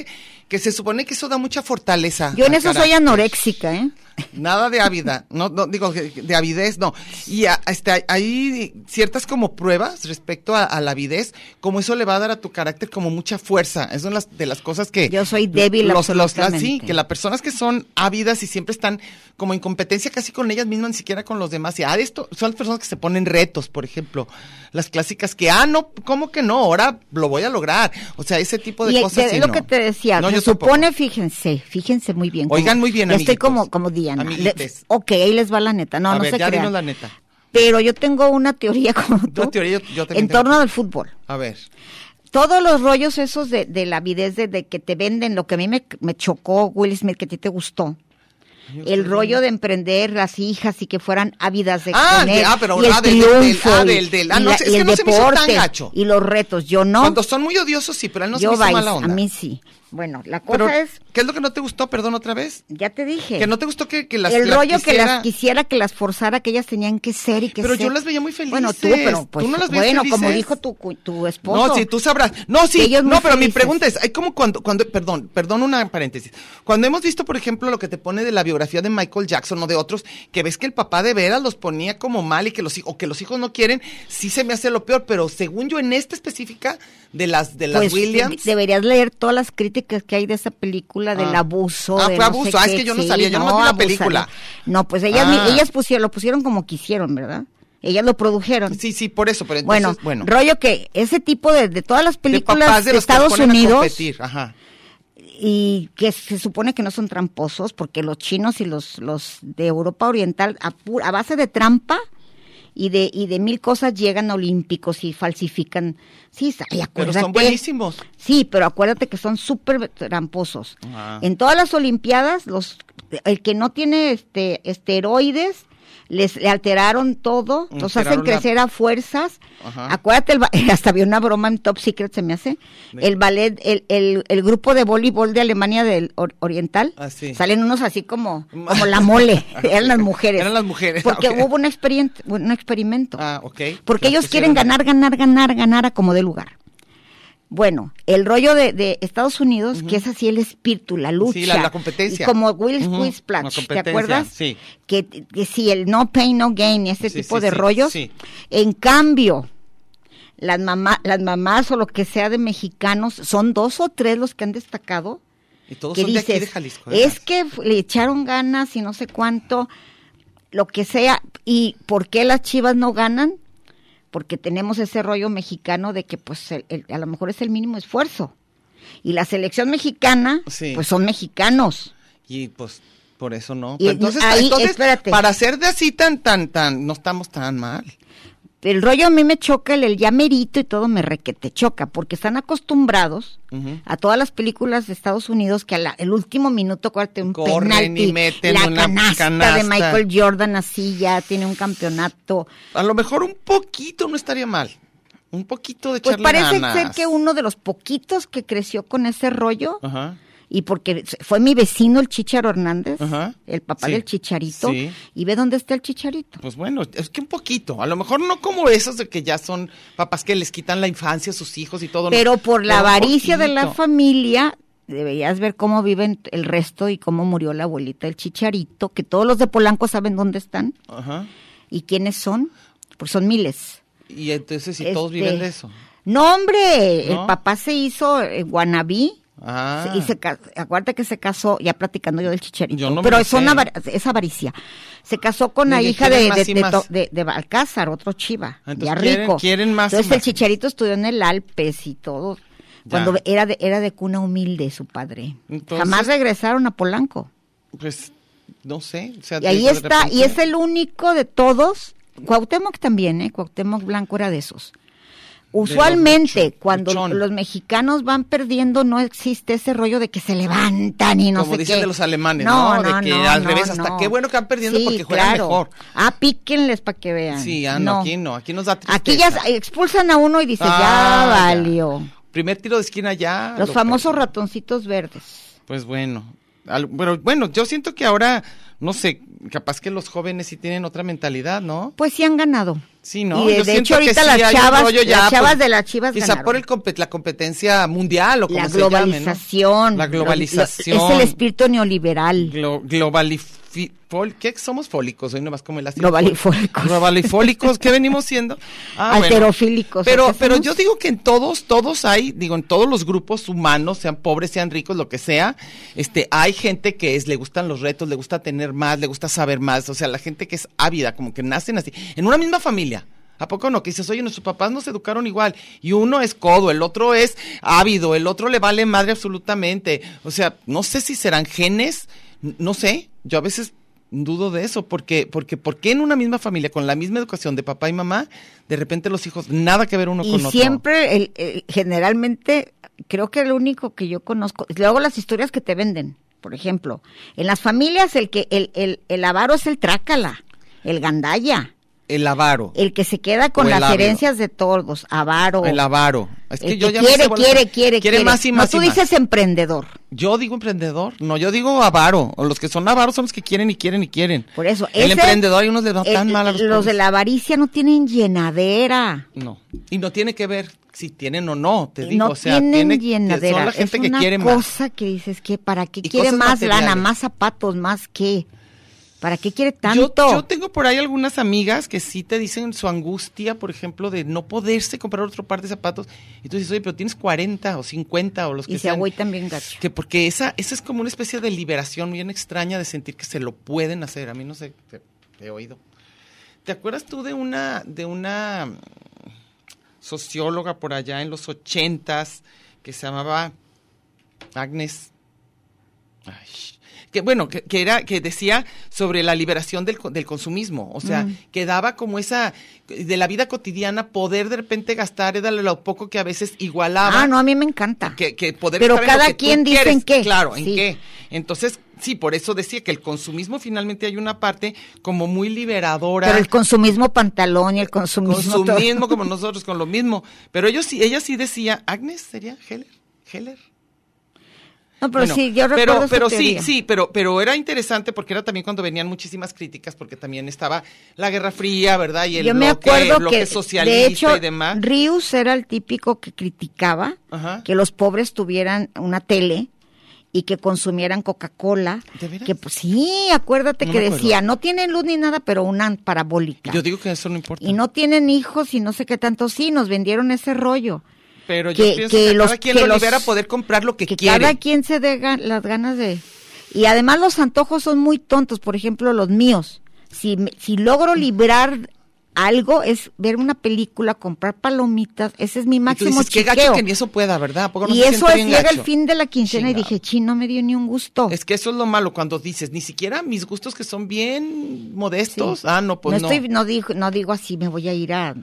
que se supone que eso da mucha fortaleza. Yo en eso carácter. Soy anoréxica, ¿eh? Nada de ávida, no, no digo de avidez, no. Y a, este, hay ciertas como pruebas respecto a, a la avidez, como eso le va a dar a tu carácter como mucha fuerza. Esas son las de las cosas que yo soy débil, los, los, las, sí, que las personas que son ávidas y siempre están como en competencia casi con ellas mismas, ni siquiera con los demás. Y ah, esto son las personas que se ponen retos, por ejemplo, las clásicas que ah no, ¿cómo que no? Ahora lo voy a lograr. O sea, ese tipo de y cosas. Es sí, lo no. que te decía. No, se supone, tampoco. fíjense, fíjense muy bien. Oigan muy bien, amiguitos. Estoy como como Le, ok, ahí les va la neta. No, a no ver, se ya crean. La neta. Pero yo tengo una teoría como tú. Teoría, yo, yo en torno al fútbol. A ver. Todos los rollos esos de, de la avidez, de, de que te venden, lo que a mí me, me chocó, Will Smith, que a ti te gustó. El rollo de emprender las hijas y que fueran ávidas de ah, tener, ah, pero y el ah, triunfo, del, del, ah, del, del, ah, no, y, es la, que y el no deporte, se me hizo tan gacho. Y los retos, yo no. Cuando son muy odiosos, sí, pero él no yo se me hizo vais, mala onda. A mí sí. Bueno, la cosa pero, es... ¿qué es lo que no te gustó? Perdón, otra vez. Ya te dije. Que no te gustó que, que las El las rollo quisiera... que las quisiera, que las forzara, que ellas tenían que ser y que Pero ser. yo las veía muy felices. Bueno, tú, pero pues, ¿Tú no las ves bueno, felices? como dijo tu, tu esposo. No, sí, tú sabrás. No, sí, no, pero felices. Mi pregunta es, hay como cuando, cuando, perdón, perdón una paréntesis. Cuando hemos visto, por ejemplo, lo que te pone de la biografía de Michael Jackson o de otros, que ves que el papá de veras los ponía como mal y que los hijos, o que los hijos no quieren, sí se me hace lo peor, pero según yo en esta específica de las, de las pues, Williams. Deberías leer todas las críticas que hay de esa película, ah. del abuso. Ah, de fue no abuso, sé ah, qué. es que yo no sí, sabía, yo no, no vi la película. No, pues ellas, ah. ellas pusieron, lo pusieron como quisieron, ¿verdad? Ellas lo produjeron. Sí, sí, por eso, pero entonces, bueno, bueno. rollo que ese tipo de, de todas las películas de, de Estados Unidos, ajá. y que se supone que no son tramposos, porque los chinos y los, los de Europa Oriental, a, a base de trampa, y de y de mil cosas llegan a olímpicos y falsifican. Sí, y acuérdate, pero son buenísimos. Sí, pero acuérdate que son súper tramposos. Ah. En todas las olimpiadas, los el que no tiene este esteroides, les le alteraron todo, alteraron los hacen crecer la... a fuerzas. Ajá. Acuérdate, el, hasta había una broma en Top Secret, se me hace. ¿De? El ballet, el, el, el grupo de voleibol de Alemania del or, Oriental, ah, sí. salen unos así como, como la mole, eran las mujeres. Eran las mujeres. Porque okay. hubo un, experiment, un experimento. Ah, okay. Porque ellos quieren ganar, ganar, ganar, ganar a como de lugar. Bueno, el rollo de, de Estados Unidos, uh-huh. que es así el espíritu, la lucha. Sí, la, la competencia. Y como Will uh-huh. Splash, ¿te acuerdas? Sí. Que, que sí, el no pain, no gain, ese sí, tipo sí, de sí, rollos. Sí. En cambio, las, mamá, las mamás o lo que sea de mexicanos, son dos o tres los que han destacado. Y todos que son dices, de aquí de Jalisco. ¿verdad? Es que le echaron ganas y no sé cuánto, lo que sea. ¿Y por qué las Chivas no ganan? Porque tenemos ese rollo mexicano de que pues el, el, a lo mejor es el mínimo esfuerzo. Y la selección mexicana, sí. pues son mexicanos. Y pues por eso no. Y, entonces, ahí, entonces espérate. Para ser de así tan, tan, tan, no estamos tan mal. El rollo a mí me choca, el, el ya merito y todo me requete choca, porque están acostumbrados uh-huh. a todas las películas de Estados Unidos que al el último minuto, acuérdate, un Corren penalti, y meten la una canasta, canasta de Michael Jordan así ya tiene un campeonato. A lo mejor un poquito no estaría mal, un poquito de echarle Pues parece ganas. ser que uno de los poquitos que creció con ese rollo, ajá. y porque fue mi vecino el Chícharo Hernández, ajá. el papá sí. del Chicharito, sí. y ve dónde está el Chicharito. Pues bueno, es que un poquito, a lo mejor no como esos de que ya son papás que les quitan la infancia a sus hijos y todo. Pero no, por la pero avaricia de la familia, deberías ver cómo viven el resto y cómo murió la abuelita del Chicharito, que todos los de Polanco saben dónde están, ajá. y quiénes son, porque son miles. Y entonces si este, todos viven de eso. No, hombre, ¿no? El papá se hizo eh, guanabí. Ah. Y se, acuérdate que se casó, ya platicando yo del Chicharito, yo no pero es, una, es avaricia. Se casó con la hija de, de, de, de, de Balcázar, otro chiva, entonces, ya quieren, rico. Quieren más Entonces más. el Chicharito estudió en el Alpes y todo, ya. Cuando era de, era de cuna humilde su padre. Entonces, jamás regresaron a Polanco. Pues, no sé. O sea, y ahí está, repente... y es el único de todos, Cuauhtémoc también, ¿eh? Cuauhtémoc Blanco era de esos. Usualmente, los cuando luchón. Los mexicanos van perdiendo, no existe ese rollo de que se levantan y no Como sé dicen qué. de los alemanes, no, ¿no? no de que no, al no, revés, no. hasta qué bueno que van perdiendo sí, porque juegan claro. mejor. Ah, píquenles para que vean. Sí, ah, no, aquí no, aquí nos da tristeza. Aquí ya expulsan a uno y dice, ah, ya valió. Ya. Primer tiro de esquina ya. Los famosos perdió. Ratoncitos verdes. Pues bueno, al, pero bueno, yo siento que ahora, no sé, capaz que los jóvenes sí tienen otra mentalidad, ¿no? Pues sí han ganado. Sí, ¿no? Y de, de hecho ahorita las sí chavas, las chavas pues, de las Chivas quizá ganaron. por el compet la competencia mundial o como la se llame, globalización, ¿no? La globalización. Lo, es el espíritu neoliberal. Glo, globalifi, fol, ¿qué somos fólicos? Hoy nomás como el ácido. Globalifólicos. Globalifólicos, ¿qué venimos siendo? Ah, alterofílicos. Bueno. Pero, pero yo digo que en todos, todos hay, digo, en todos los grupos humanos, sean pobres, sean ricos, lo que sea, este, hay gente que es, le gustan los retos, le gusta tener más, le gusta saber más, o sea, la gente que es ávida, como que nacen así, en una misma familia. ¿A poco no? Que dices, oye, nuestros papás nos educaron igual, y uno es codo, el otro es ávido, el otro le vale madre absolutamente, o sea, no sé si serán genes, no sé, yo a veces dudo de eso, porque, porque, ¿por qué en una misma familia, con la misma educación de papá y mamá, de repente los hijos, nada que ver uno y con otro? Y siempre, el, el, generalmente, creo que el único que yo conozco, luego las historias que te venden, por ejemplo, en las familias el que, el, el, el avaro es el trácala, el gandalla. El avaro. El que se queda con las ávido. Herencias de todos, avaro. El avaro. Es que el yo que ya quiere, me quiere, quiere, quiere más y más. No, tú y dices más. emprendedor. Yo digo emprendedor, no, yo digo avaro. O los que son avaros son los que quieren y quieren y quieren. Por eso. El ese, emprendedor, hay unos les va tan mal a los Los pobres. De la avaricia no tienen llenadera. No. Y no tiene que ver si tienen o no, te digo. No o sea, tienen tiene, llenadera. Son la gente es que una quiere cosa más. Cosa que dices que para qué quiere más materiales. Lana, más zapatos, más qué. ¿Para qué quiere tanto? Yo, yo tengo por ahí algunas amigas que sí te dicen su angustia, por ejemplo, de no poderse comprar otro par de zapatos. Y tú dices, oye, pero tienes cuarenta o cincuenta o los que y sean. Y se también gacho. Que porque esa, esa es como una especie de liberación bien extraña de sentir que se lo pueden hacer. A mí no sé, te, te he oído. ¿Te acuerdas tú de una, de una socióloga por allá en los ochentas que se llamaba Agnes? Ay. Que bueno, que, que era, que decía sobre la liberación del, del consumismo, o sea, mm. que daba como esa, de la vida cotidiana, poder de repente gastar, era lo poco que a veces igualaba. Ah, no, a mí me encanta. Que, que poder Pero cada quien dice en qué. Claro, en sí. qué. Entonces, sí, por eso decía que el consumismo finalmente hay una parte como muy liberadora. Pero el consumismo pantalón y el consumismo. Consumismo como nosotros, con lo mismo. Pero ellos sí, ella sí decía, Agnes, ¿sería Heller? Heller. No, pero bueno, sí, yo recuerdo pero, pero sí, teoría. sí, pero, pero era interesante porque era también cuando venían muchísimas críticas, porque también estaba la Guerra Fría, ¿verdad? Y el yo me bloque, acuerdo bloque que, socialista de hecho, y demás. Rius era el típico que criticaba Ajá. que los pobres tuvieran una tele y que consumieran Coca-Cola. ¿De veras? Que, pues, sí, acuérdate no que decía, no tienen luz ni nada, pero una parabólica. Yo digo que eso no importa. Y no tienen hijos y no sé qué tanto. Sí, nos vendieron ese rollo. Pero yo que, pienso que, que los, cada quien que lo los, libera a poder comprar lo que, que quiere. Cada quien se dé gan, las ganas de... Y además los antojos son muy tontos, por ejemplo, los míos. Si, si logro librar algo, es ver una película, comprar palomitas, ese es mi máximo chiqueo. Y tú dices, qué gacho que ni eso pueda, ¿verdad? ¿Poco no y se eso es, llega gacho? El fin de la quincena Chingado. Y dije, chin, no me dio ni un gusto. Es que eso es lo malo cuando dices, ni siquiera mis gustos que son bien modestos. Sí. Ah, no, pues no. No, estoy, no, digo, no digo así, me voy a ir a...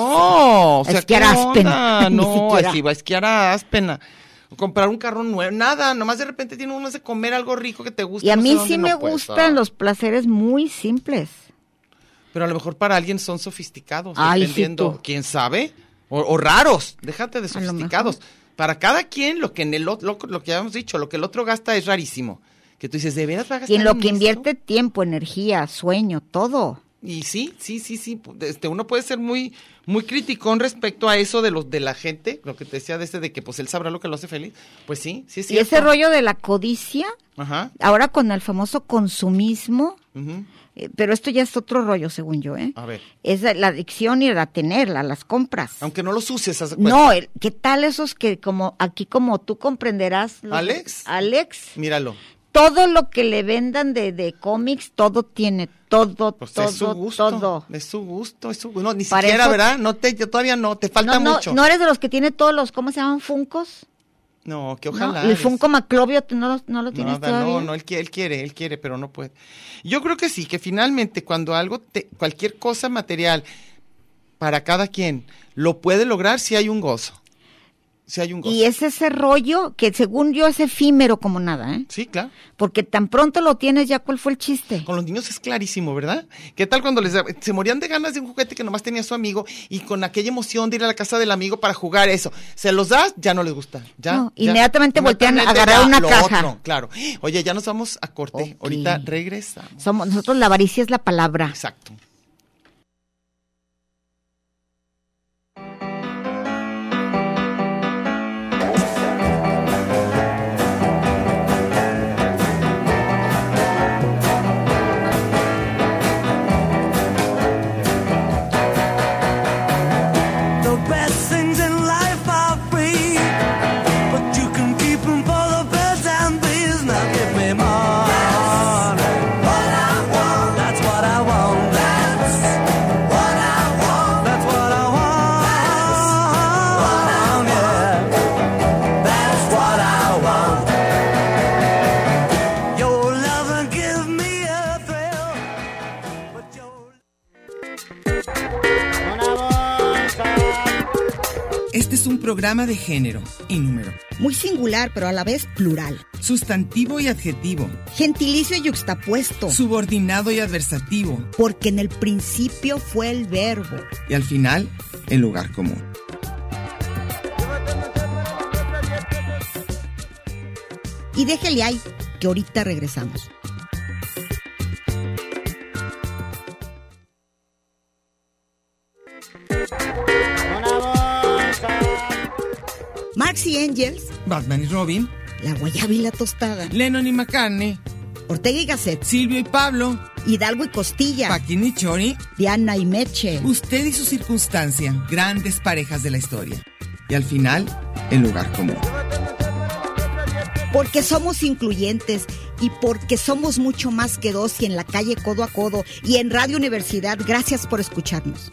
No, o sea, a esquiar a Aspena. No, así va a esquiar a Aspena. Comprar un carro nuevo, nada, nomás de repente tiene uno de comer algo rico que te gusta. Y a no mí sé sí me no gustan puedes, los placeres muy simples. Pero a lo mejor para alguien son sofisticados, Ay, dependiendo, sí, quién sabe, o, o raros, déjate de sofisticados. Para cada quien, lo que en el otro, lo, lo que habíamos dicho, lo que el otro gasta es rarísimo. Que tú dices, ¿de veras va a gastar y en lo en que esto? Invierte tiempo, energía, sueño, todo. Y sí, sí, sí, sí, este, uno puede ser muy, muy criticón respecto a eso de los de la gente, lo que te decía de ese de que pues él sabrá lo que lo hace feliz, pues sí, sí es cierto. Y ese rollo de la codicia, Ajá. ahora con el famoso consumismo, uh-huh. eh, pero esto ya es otro rollo según yo, ¿eh? A ver. Es la adicción y la tenerla, las compras. Aunque no los uses. ¿Haz no, el, ¿qué tal esos que como aquí como tú comprenderás? Los, Alex. Alex. Míralo. Todo lo que le vendan de, de cómics, todo tiene, todo, pues todo, es su gusto, todo. Es su gusto, es su gusto. No, ni Para siquiera, eso, ¿verdad? No te, yo todavía no, te falta no, no, mucho. ¿No eres de los que tiene todos los, ¿cómo se llaman? ¿Funcos? No, que ojalá. No, el Funko Maclovio, ¿no lo, no lo tienes Nada, todavía? No, no, él quiere, él quiere, él quiere, pero no puede. Yo creo que sí, que finalmente cuando algo, te, cualquier cosa material para cada quien lo puede lograr, si hay un gozo. Si hay un gozo. Y es ese rollo que según yo es efímero como nada, ¿eh? Sí, claro. Porque tan pronto lo tienes, ya cuál fue el chiste. Con los niños es clarísimo, ¿verdad? ¿Qué tal cuando les se morían de ganas de un juguete que nomás tenía su amigo y con aquella emoción de ir a la casa del amigo para jugar eso? Se los das, ya no les gusta. Ya, no, ya inmediatamente voltean a agarrar una caja. Otro, claro. Oye, ya nos vamos a corte. Okay. Ahorita regresamos. Somos, nosotros la avaricia es la palabra. Exacto. Este es un programa de género y número. Muy singular, pero a la vez plural. Sustantivo y adjetivo. Gentilicio y yuxtapuesto. Subordinado y adversativo. Porque en el principio fue el verbo. Y al final, el lugar común. Y déjele ahí, que ahorita regresamos. Marx y Engels, Batman y Robin, La Guayaba y la Tostada, Lennon y McCartney, Ortega y Gasset, Silvio y Pablo, Hidalgo y Costilla, Paquín y Chori, Diana y Meche, usted y su circunstancia, grandes parejas de la historia. Y al final, el lugar común. Porque somos incluyentes y porque somos mucho más que dos y en la calle codo a codo y en Radio Universidad. Gracias por escucharnos.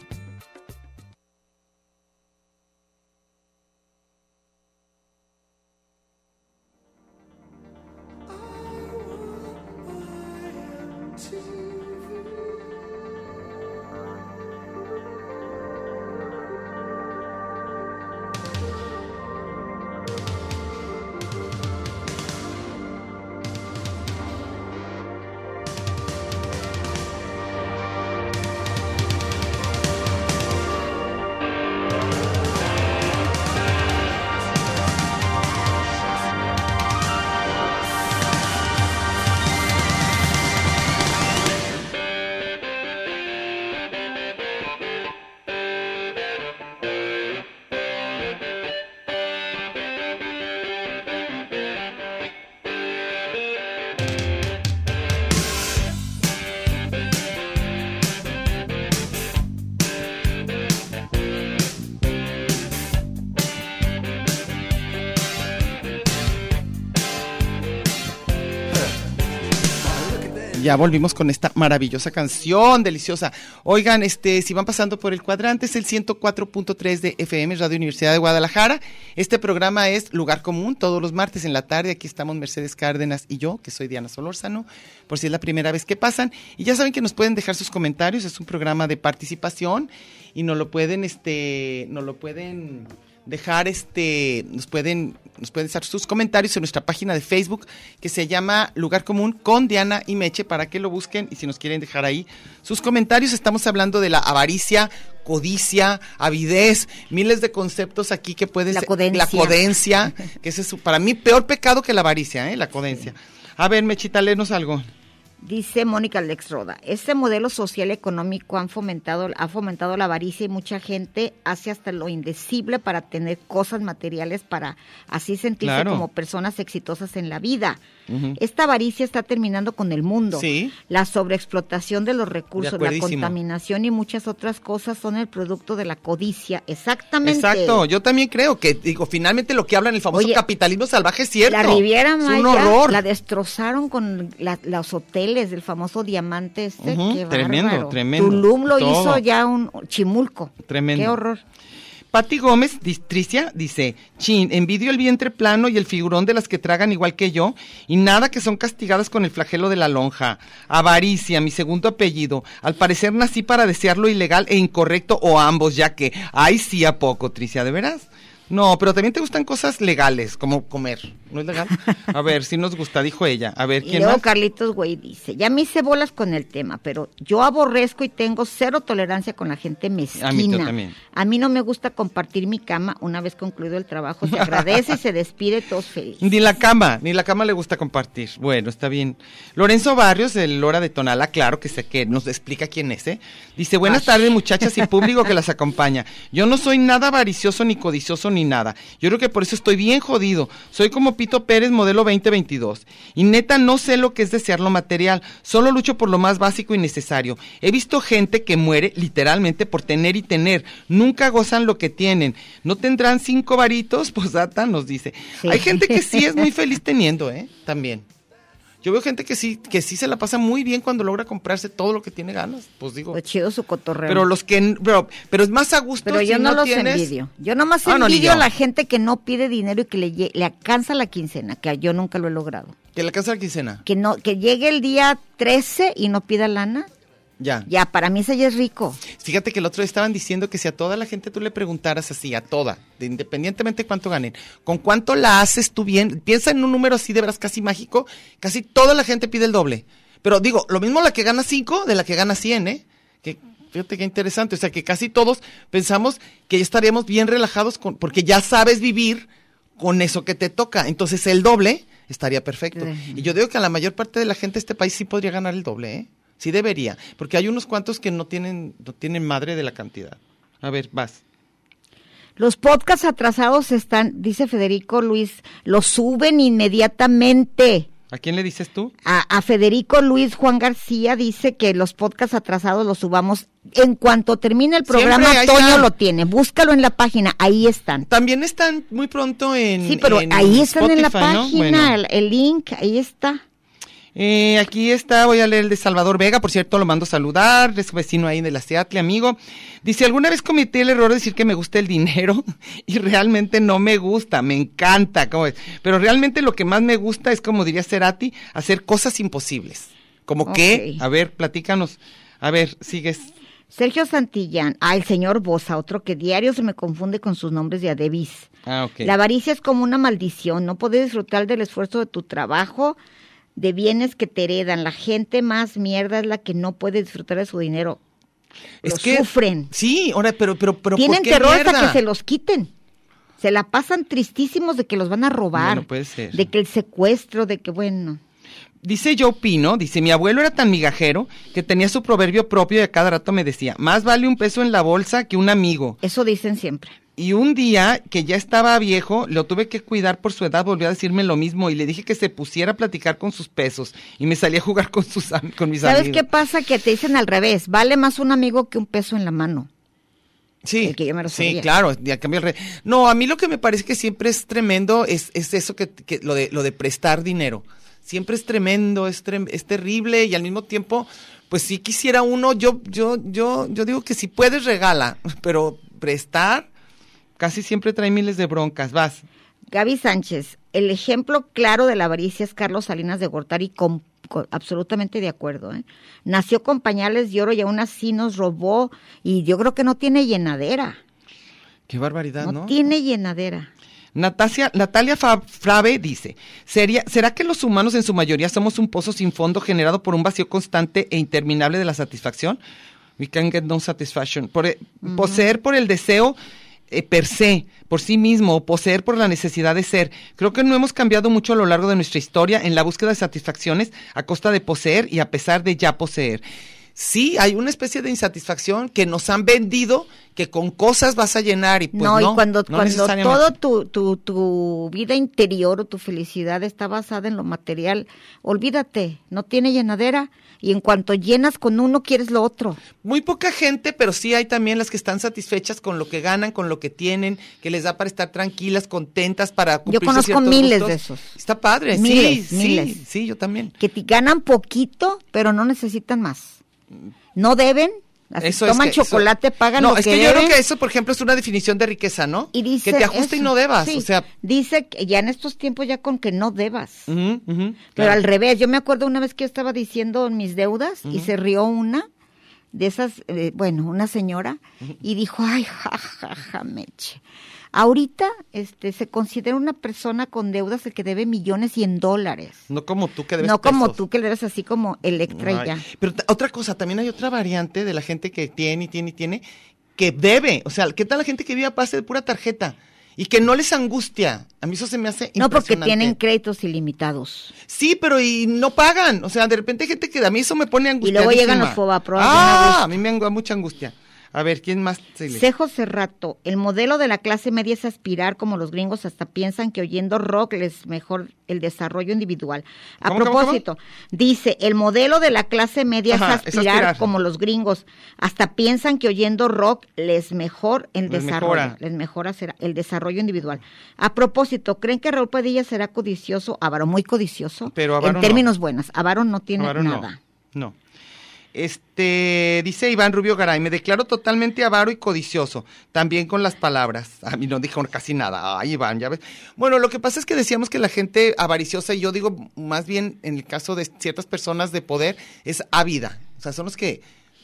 Ya volvimos con esta maravillosa canción, deliciosa. Oigan, este, si van pasando por el cuadrante, es el ciento cuatro punto tres de F M, Radio Universidad de Guadalajara. Este programa es Lugar Común, todos los martes en la tarde. Aquí estamos Mercedes Cárdenas y yo, que soy Diana Solórzano, por si es la primera vez que pasan. Y ya saben que nos pueden dejar sus comentarios, es un programa de participación y nos lo pueden, este, nos lo pueden... dejar este, nos pueden, nos pueden hacer sus comentarios en nuestra página de Facebook que se llama Lugar Común con Diana y Meche, para que lo busquen y si nos quieren dejar ahí sus comentarios. Estamos hablando de la avaricia, codicia, avidez, miles de conceptos aquí que pueden la ser, codencia. la codencia, que ese es para mí peor pecado que la avaricia, ¿eh? La codencia. A ver, Mechita, léenos algo. Dice Mónica Alex Roda, este modelo social económico han fomentado, ha fomentado la avaricia y mucha gente hace hasta lo indecible para tener cosas materiales para así sentirse claro. como personas exitosas en la vida. Uh-huh. Esta avaricia está terminando con el mundo. Sí. La sobreexplotación de los recursos, la contaminación y muchas otras cosas son el producto de la codicia. Exactamente. Exacto, yo también creo que, digo, finalmente lo que hablan el famoso Oye, capitalismo salvaje es cierto. La Riviera Maya es un horror. La destrozaron con la, los hoteles del famoso diamante este, uh-huh, qué tremendo, bárbaro. Tremendo, Tulum lo todo. hizo ya un Chimulco. Tremendo. Qué horror. Pati Gómez, Tricia, dice, chin, envidio el vientre plano y el figurón de las que tragan igual que yo, y nada que son castigadas con el flagelo de la lonja. Avaricia, mi segundo apellido. Al parecer nací para desear lo ilegal e incorrecto, o ambos, ya que, ay sí, ¿a poco, Tricia, de veras? No, pero también te gustan cosas legales, como comer, ¿no es legal? A ver, si nos gusta, dijo ella. A ver, ¿quién y luego más? Carlitos Güey dice, ya me hice bolas con el tema, pero yo aborrezco y tengo cero tolerancia con la gente mezquina. A mí también. A mí no me gusta compartir mi cama, una vez concluido el trabajo, se agradece y se despide todos felices. Ni la cama, ni la cama le gusta compartir. Bueno, está bien. Lorenzo Barrios, el Lora de Tonala, claro que sé que nos explica quién es, ¿eh? Dice, buenas Ay. tardes muchachas y público que las acompaña. Yo no soy nada avaricioso ni codicioso ni nada. Yo creo que por eso estoy bien jodido. Soy como Pito Pérez, modelo veinte veintidós. Y neta no sé lo que es desear lo material. Solo lucho por lo más básico y necesario. He visto gente que muere literalmente por tener y tener. Nunca gozan lo que tienen. ¿No tendrán cinco varitos? Pues Data nos dice. Sí. Hay gente que sí es muy feliz teniendo, ¿eh? También. Yo veo gente que sí, que sí se la pasa muy bien cuando logra comprarse todo lo que tiene ganas, pues digo. Pues chido su cotorreo. Pero los que, pero, pero es más a gusto. Pero yo si no, no los tienes... envidio. Yo nomás ah, envidio no, a la gente que no pide dinero y que le, le alcanza la quincena, que yo nunca lo he logrado. ¿Que le alcanza la quincena? Que no, que llegue el día trece y no pida lana. Ya. Ya, para mí ese ya es rico. Fíjate que el otro día estaban diciendo que si a toda la gente tú le preguntaras así, a toda, de, independientemente de cuánto ganen, ¿con cuánto la haces tú bien? Piensa en un número así de veras casi mágico, casi toda la gente pide el doble. Pero digo, lo mismo la que gana cinco de la que gana cien, ¿eh? Que fíjate qué interesante, o sea que casi todos pensamos que ya estaríamos bien relajados con, porque ya sabes vivir con eso que te toca. Entonces el doble estaría perfecto. Sí. Y yo digo que a la mayor parte de la gente de este país sí podría ganar el doble, ¿eh? Sí debería, porque hay unos cuantos que no tienen, no tienen madre de la cantidad. A ver, vas. Los podcasts atrasados están, dice Federico Luis, los suben inmediatamente. ¿A quién le dices tú? A, a Federico Luis Juan García dice que los podcasts atrasados los subamos en cuanto termine el programa. Toño están. Lo tiene, búscalo en la página, ahí están. También están muy pronto en Sí, pero en ahí están Spotify, en la ¿no? página, Bueno. el, el link, ahí está. Eh, aquí está, voy a leer el de Salvador Vega, por cierto, lo mando a saludar, es vecino ahí de la Seattle, amigo. Dice, alguna vez cometí el error de decir que me gusta el dinero y realmente no me gusta, me encanta, ¿cómo es? Pero realmente lo que más me gusta es, como diría Cerati, hacer cosas imposibles. Como Okay. que, a ver, platícanos, a ver, sigues. Sergio Santillán, ah, el señor Bosa, otro que diario se me confunde con sus nombres de Adebis. Ah, ok. La avaricia es como una maldición, no puedes disfrutar del esfuerzo de tu trabajo, de bienes que te heredan. La gente más mierda es la que no puede disfrutar de su dinero. Es Lo que sufren. Sí, ahora, pero, pero, pero, Tienen ¿por qué terror mierda? hasta que se los quiten. Se la pasan tristísimos de que los van a robar. No, no puede ser. De que el secuestro, de que bueno. Dice Yo Pino, dice, mi abuelo era tan migajero que tenía su proverbio propio y a cada rato me decía, más vale un peso en la bolsa que un amigo. Eso dicen siempre. Y un día, que ya estaba viejo, lo tuve que cuidar por su edad, volvió a decirme lo mismo y le dije que se pusiera a platicar con sus pesos y me salí a jugar con sus am- con mis ¿Sabes amigos. qué pasa? Que te dicen al revés, vale más un amigo que un peso en la mano. Sí, El que yo me lo sí, sabía. claro, ya cambió el re... No, a mí lo que me parece que siempre es tremendo es, es eso que, que lo de lo de prestar dinero. Siempre es tremendo, es, trem- es terrible y al mismo tiempo, pues si quisiera uno, yo, yo, yo, yo digo que si puedes regala, pero prestar casi siempre trae miles de broncas. Vas. Gaby Sánchez, el ejemplo claro de la avaricia es Carlos Salinas de Gortari, con, con- absolutamente de acuerdo. ¿eh? Nació con pañales de oro y aún así nos robó y yo creo que no tiene llenadera. Qué barbaridad, No, ¿no? tiene llenadera. Natalia, Natalia Fa- Frave dice, ¿sería, ¿será que los humanos en su mayoría somos un pozo sin fondo generado por un vacío constante e interminable de la satisfacción? We can get no satisfaction. Por, eh, uh-huh. Poseer por el deseo eh, per se, por sí mismo, o poseer por la necesidad de ser. Creo que no hemos cambiado mucho a lo largo de nuestra historia en la búsqueda de satisfacciones a costa de poseer y a pesar de ya poseer. Sí, hay una especie de insatisfacción que nos han vendido que con cosas vas a llenar y pues no. No, y cuando, no cuando todo tu, tu, tu vida interior o tu felicidad está basada en lo material, olvídate, no tiene llenadera y en cuanto llenas con uno quieres lo otro. Muy poca gente, pero sí hay también las que están satisfechas con lo que ganan, con lo que tienen, que les da para estar tranquilas, contentas, para cumplir Yo conozco miles gustos. de esos. Está padre, miles, sí, miles. sí, sí, yo también. Que te ganan poquito, pero no necesitan más. No deben, así eso toman es que, chocolate, eso, pagan no, lo es que que deben. yo creo que eso, por ejemplo, es una definición de riqueza, ¿no? Y dice que te ajuste eso, y no debas, sí, o sea. Dice que ya en estos tiempos ya con que no debas. Uh-huh, uh-huh, pero claro. al revés, yo me acuerdo una vez que yo estaba diciendo mis deudas uh-huh. y se rió una de esas, eh, bueno, una señora uh-huh. y dijo, ay, ja, ja, ja, meche. Ahorita este, se considera una persona con deudas el que debe millones y en dólares. No como tú que debes No como pesos. tú que le debes así como Electra y ya. Pero t- otra cosa, también hay otra variante de la gente que tiene y tiene y tiene, que debe. O sea, ¿qué tal la gente que vive a base de pura tarjeta? Y que no les angustia. A mí eso se me hace No, porque impresionante. tienen créditos ilimitados. Sí, pero y no pagan. O sea, de repente hay gente que a mí eso me pone angustia. Y luego llegan los Fobaproa. Ah, a mí me da mucha angustia. A ver, ¿quién más? Cejo Cerrato, el modelo de la clase media es aspirar como los gringos, hasta piensan que oyendo rock les mejor el desarrollo individual. A ¿Cómo, propósito, cómo, cómo? dice, el modelo de la clase media Ajá, es, aspirar es aspirar como los gringos, hasta piensan que oyendo rock les mejor el les desarrollo, mejora. les mejora será el desarrollo individual. A propósito, ¿creen que Raúl Padilla será codicioso? Avaro, muy codicioso. Pero Avaro en términos no. buenos, Avaro no tiene Avaro nada. No. no. Este, dice Iván Rubio Garay, me declaro totalmente avaro y codicioso, también con las palabras. A mí no dijo casi nada. Ay, Iván, ya ves. Bueno, lo que pasa es que decíamos que la gente avariciosa, y yo digo más bien en el caso de ciertas personas de poder, es ávida. O sea, son los que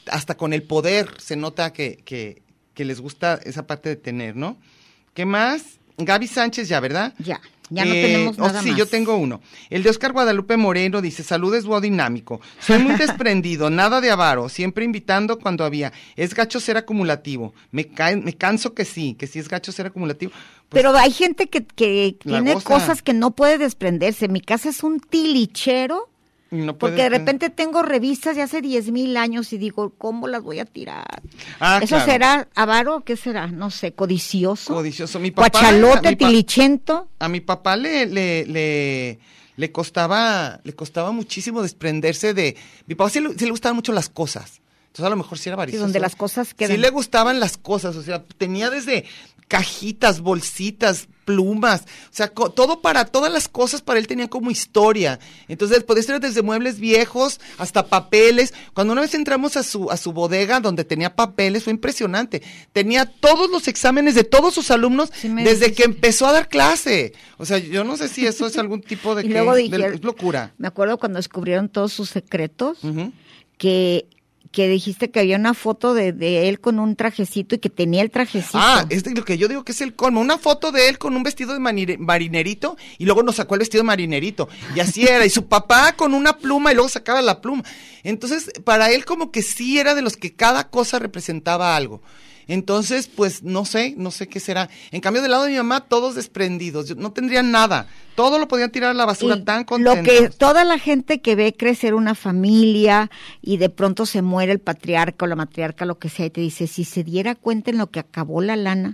hasta con el poder se nota que, que, que les gusta esa parte de tener, ¿no? ¿Qué más? Gaby Sánchez ya, ¿verdad? Ya. Ya no eh, tenemos nada oh, sí, más. yo tengo uno. El de Oscar Guadalupe Moreno dice, saludes dúo dinámico. Soy muy desprendido, nada de avaro, siempre invitando cuando había. Es gacho ser acumulativo. Me, ca me canso que sí, que sí es gacho ser acumulativo. Pues, pero hay gente que, que tiene goza. Cosas que no puede desprenderse. Mi casa es un tilichero. No porque de repente tengo revistas de hace diez mil años y digo, ¿cómo las voy a tirar? Ah, ¿Eso claro. será avaro o qué será? No sé, codicioso. Codicioso. Mi papá, Guachalote, a mi pa tilichento. A mi papá le, le, le, le costaba, le costaba muchísimo desprenderse de... Mi papá sí le, sí le gustaban mucho las cosas. Entonces a lo mejor sí era avaricioso. Sí, donde las cosas quedan. Sí le gustaban las cosas, o sea, tenía desde cajitas, bolsitas, plumas, o sea, todo para, todas las cosas para él tenía como historia. Entonces, podía ser desde muebles viejos hasta papeles. Cuando una vez entramos a su, a su bodega donde tenía papeles, fue impresionante. Tenía todos los exámenes de todos sus alumnos sí desde dices. que empezó a dar clase. O sea, yo no sé si eso es algún tipo de, y que, luego dije, de es locura. Me acuerdo cuando descubrieron todos sus secretos, uh-huh. que... que dijiste que había una foto de, de él con un trajecito y que tenía el trajecito. Ah, es de lo que yo digo que es el colmo, una foto de él con un vestido de marinerito y luego nos sacó el vestido de marinerito, y así era, y su papá con una pluma y luego sacaba la pluma. Entonces, para él como que sí era de los que cada cosa representaba algo. Entonces, pues, no sé, no sé qué será. En cambio, del lado de mi mamá, todos desprendidos, no tendrían nada. Todo lo podían tirar a la basura y tan contentos. Lo que toda la gente que ve crecer una familia y de pronto se muere el patriarca o la matriarca, lo que sea, y te dice, si se diera cuenta en lo que acabó la lana,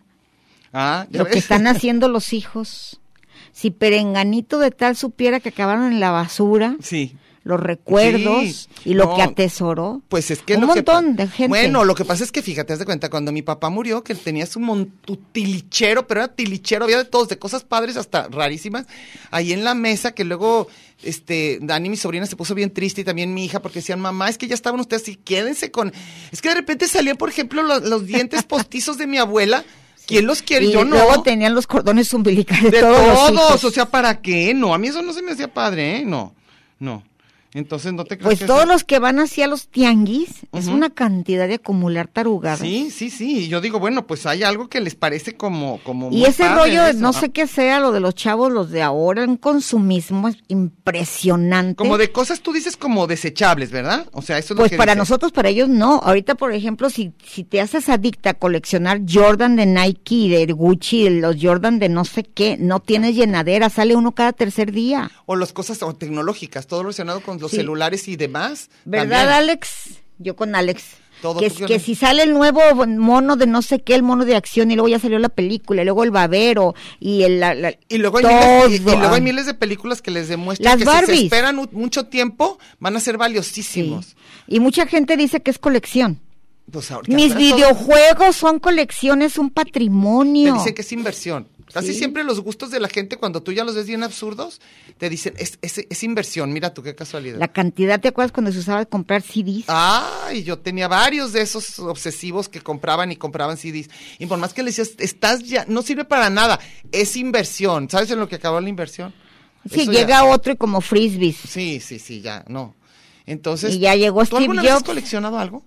ah, lo ves? Que están haciendo los hijos, si perenganito de tal supiera que acabaron en la basura. Sí. Los recuerdos sí, y lo no, que atesoró. Pues es que un lo montón que de gente. Bueno, lo que pasa es que fíjate, haz de cuenta, cuando mi papá murió, que tenía su tilichero, pero era tilichero, había de todos, de cosas padres hasta rarísimas, ahí en la mesa, que luego, este, Dani, mi sobrina, se puso bien triste, y también mi hija, porque decían, mamá, es que ya estaban ustedes así, quédense con... Es que de repente salían, por ejemplo, los, los dientes postizos de mi abuela. ¿Quién los quiere? Y yo no. Luego tenían los cordones umbilicales de todos, todos, los hijos. O sea, ¿para qué? No, a mí eso no se me hacía padre, ¿eh? No, no. Entonces no te creas. Pues que todos eso... los que van hacia los tianguis, uh-huh. es una cantidad de acumular tarugadas. Sí, sí, sí. Y yo digo, bueno, pues hay algo que les parece como, como y ese rollo, de no sé qué sea, lo de los chavos, los de ahora, un consumismo impresionante. Como de cosas, tú dices como desechables, ¿verdad? O sea, eso es pues lo que para dice. Nosotros, para ellos no. Ahorita, por ejemplo, si, si te haces adicta a coleccionar Jordan de Nike y de Gucci, los Jordan de no sé qué, no tienes llenadera, sale uno cada tercer día. O las cosas o tecnológicas, todo relacionado con los sí. celulares y demás. ¿Verdad, también. Alex? Yo con Alex. Todo que, que si sale el nuevo mono de no sé qué, el mono de acción, y luego ya salió la película, y luego el babero, y el... La, la, y, luego hay miles, y, y luego hay miles de películas que les demuestran Las que Barbies. si se esperan mucho tiempo, van a ser valiosísimos. Sí. Y mucha gente dice que es colección. Pues ahorita, Mis videojuegos todo... son colecciones, un patrimonio. Te dicen que es inversión. Casi sí. siempre los gustos de la gente, cuando tú ya los ves bien absurdos, te dicen, es, es, es inversión, mira tú, qué casualidad. La cantidad, ¿te acuerdas cuando se usaba de comprar C Ds? Ah, y yo tenía varios de esos obsesivos que compraban y compraban C Ds. Y por más que le decías, estás ya, no sirve para nada, es inversión. ¿Sabes en lo que acabó la inversión? Sí, Eso llega ya... otro y como frisbees. Sí, sí, sí, ya, no. Entonces, y ya llegó ¿tú Steve alguna Jobs? vez has coleccionado algo?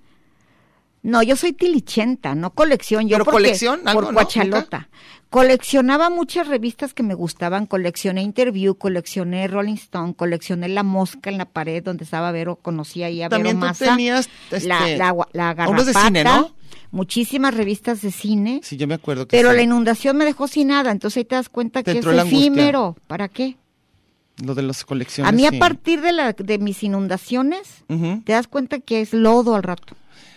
No, yo soy tilichenta, no colección. Yo ¿Pero porque, colección? ¿Algo, por no? guachalota. ¿Nunca? Coleccionaba muchas revistas que me gustaban, coleccioné Interview, coleccioné Rolling Stone, coleccioné La Mosca en la pared donde estaba Vero, conocía ahí a Vero También Massa. Tú tenías, este, la, la, la Garrapata, unos de cine, ¿no? Muchísimas revistas de cine. Sí, yo me acuerdo que Pero sí. la inundación me dejó sin nada, entonces ahí te das cuenta te que es efímero. ¿Para qué? Lo de las colecciones. A mí sí. a partir de, la, de mis inundaciones, uh-huh. te das cuenta que es lodo al rato.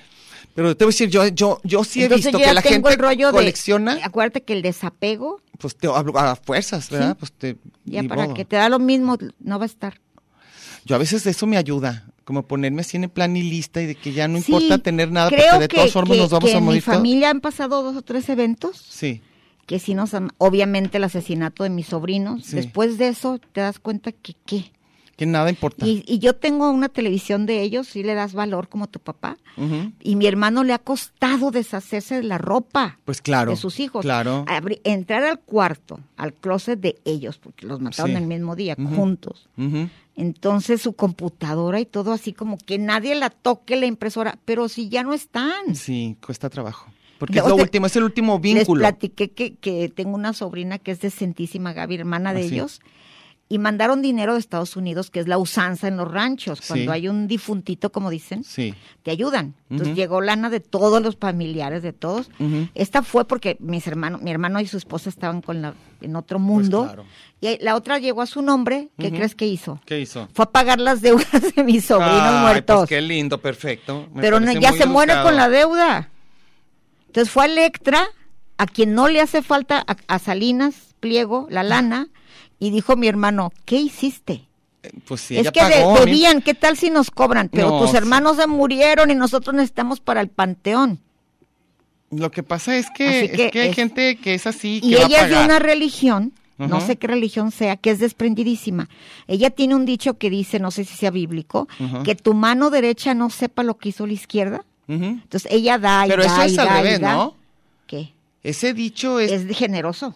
Pero te voy a decir, yo yo yo sí he Entonces, visto yo que la tengo gente el rollo colecciona. De, acuérdate que el desapego. Pues te hablo a fuerzas, ¿verdad? ¿Sí? Pues te. Ya para modo. Que te da lo mismo, no va a estar. Yo a veces eso me ayuda, como ponerme así en el plan y lista y de que ya no sí, importa tener nada, creo porque de que, todas formas que, nos vamos que a morir. En mi familia todo. Han pasado dos o tres eventos. Sí. Que sí nos han, obviamente el asesinato de mis sobrinos. Sí. Después de eso te das cuenta que qué. Que nada importa. Y, y yo tengo una televisión de ellos, sí le das valor como tu papá. Uh-huh. Y mi hermano le ha costado deshacerse de la ropa. Pues claro. De sus hijos. Claro. Abri, entrar al cuarto, al closet de ellos, porque los mataron sí. el mismo día, uh-huh. juntos. Uh-huh. Entonces su computadora y todo así como que nadie la toque la impresora, pero si ya no están. Sí, cuesta trabajo. Porque es lo te, último, es el último vínculo. Les platiqué que, que tengo una sobrina que es decentísima, Gaby, hermana de ¿Ah, sí? ellos, y mandaron dinero de Estados Unidos, que es la usanza en los ranchos. Cuando sí. hay un difuntito, como dicen, sí. te ayudan. Entonces uh-huh. llegó lana de todos los familiares, de todos. Uh-huh. Esta fue porque mis hermanos, mi hermano y su esposa estaban con la, en otro mundo. Pues claro. Y la otra llegó a su nombre. ¿Qué uh-huh. crees que hizo? ¿Qué hizo? Fue a pagar las deudas de mis sobrinos Ay, muertos. Pues qué lindo, perfecto. Me Pero no, ya se educado. muere con la deuda. Entonces fue a Electra, a quien no le hace falta, a, a Salinas Pliego, la lana, y dijo mi hermano, ¿qué hiciste? Pues sí, es ella que pagó, de, debían, mi... ¿qué tal si nos cobran? Pero no, tus sí. hermanos se murieron y nosotros necesitamos para el panteón. Lo que pasa es que, que, es que hay es... gente que es así, y que va a ella es de pagar. una religión, uh-huh. no sé qué religión sea, que es desprendidísima. Ella tiene un dicho que dice, no sé si sea bíblico, uh-huh. que tu mano derecha no sepa lo que hizo la izquierda. Uh-huh. Entonces ella da y Pero da eso es y al da revés, y da. ¿no? ¿Qué? Ese dicho es... Es generoso.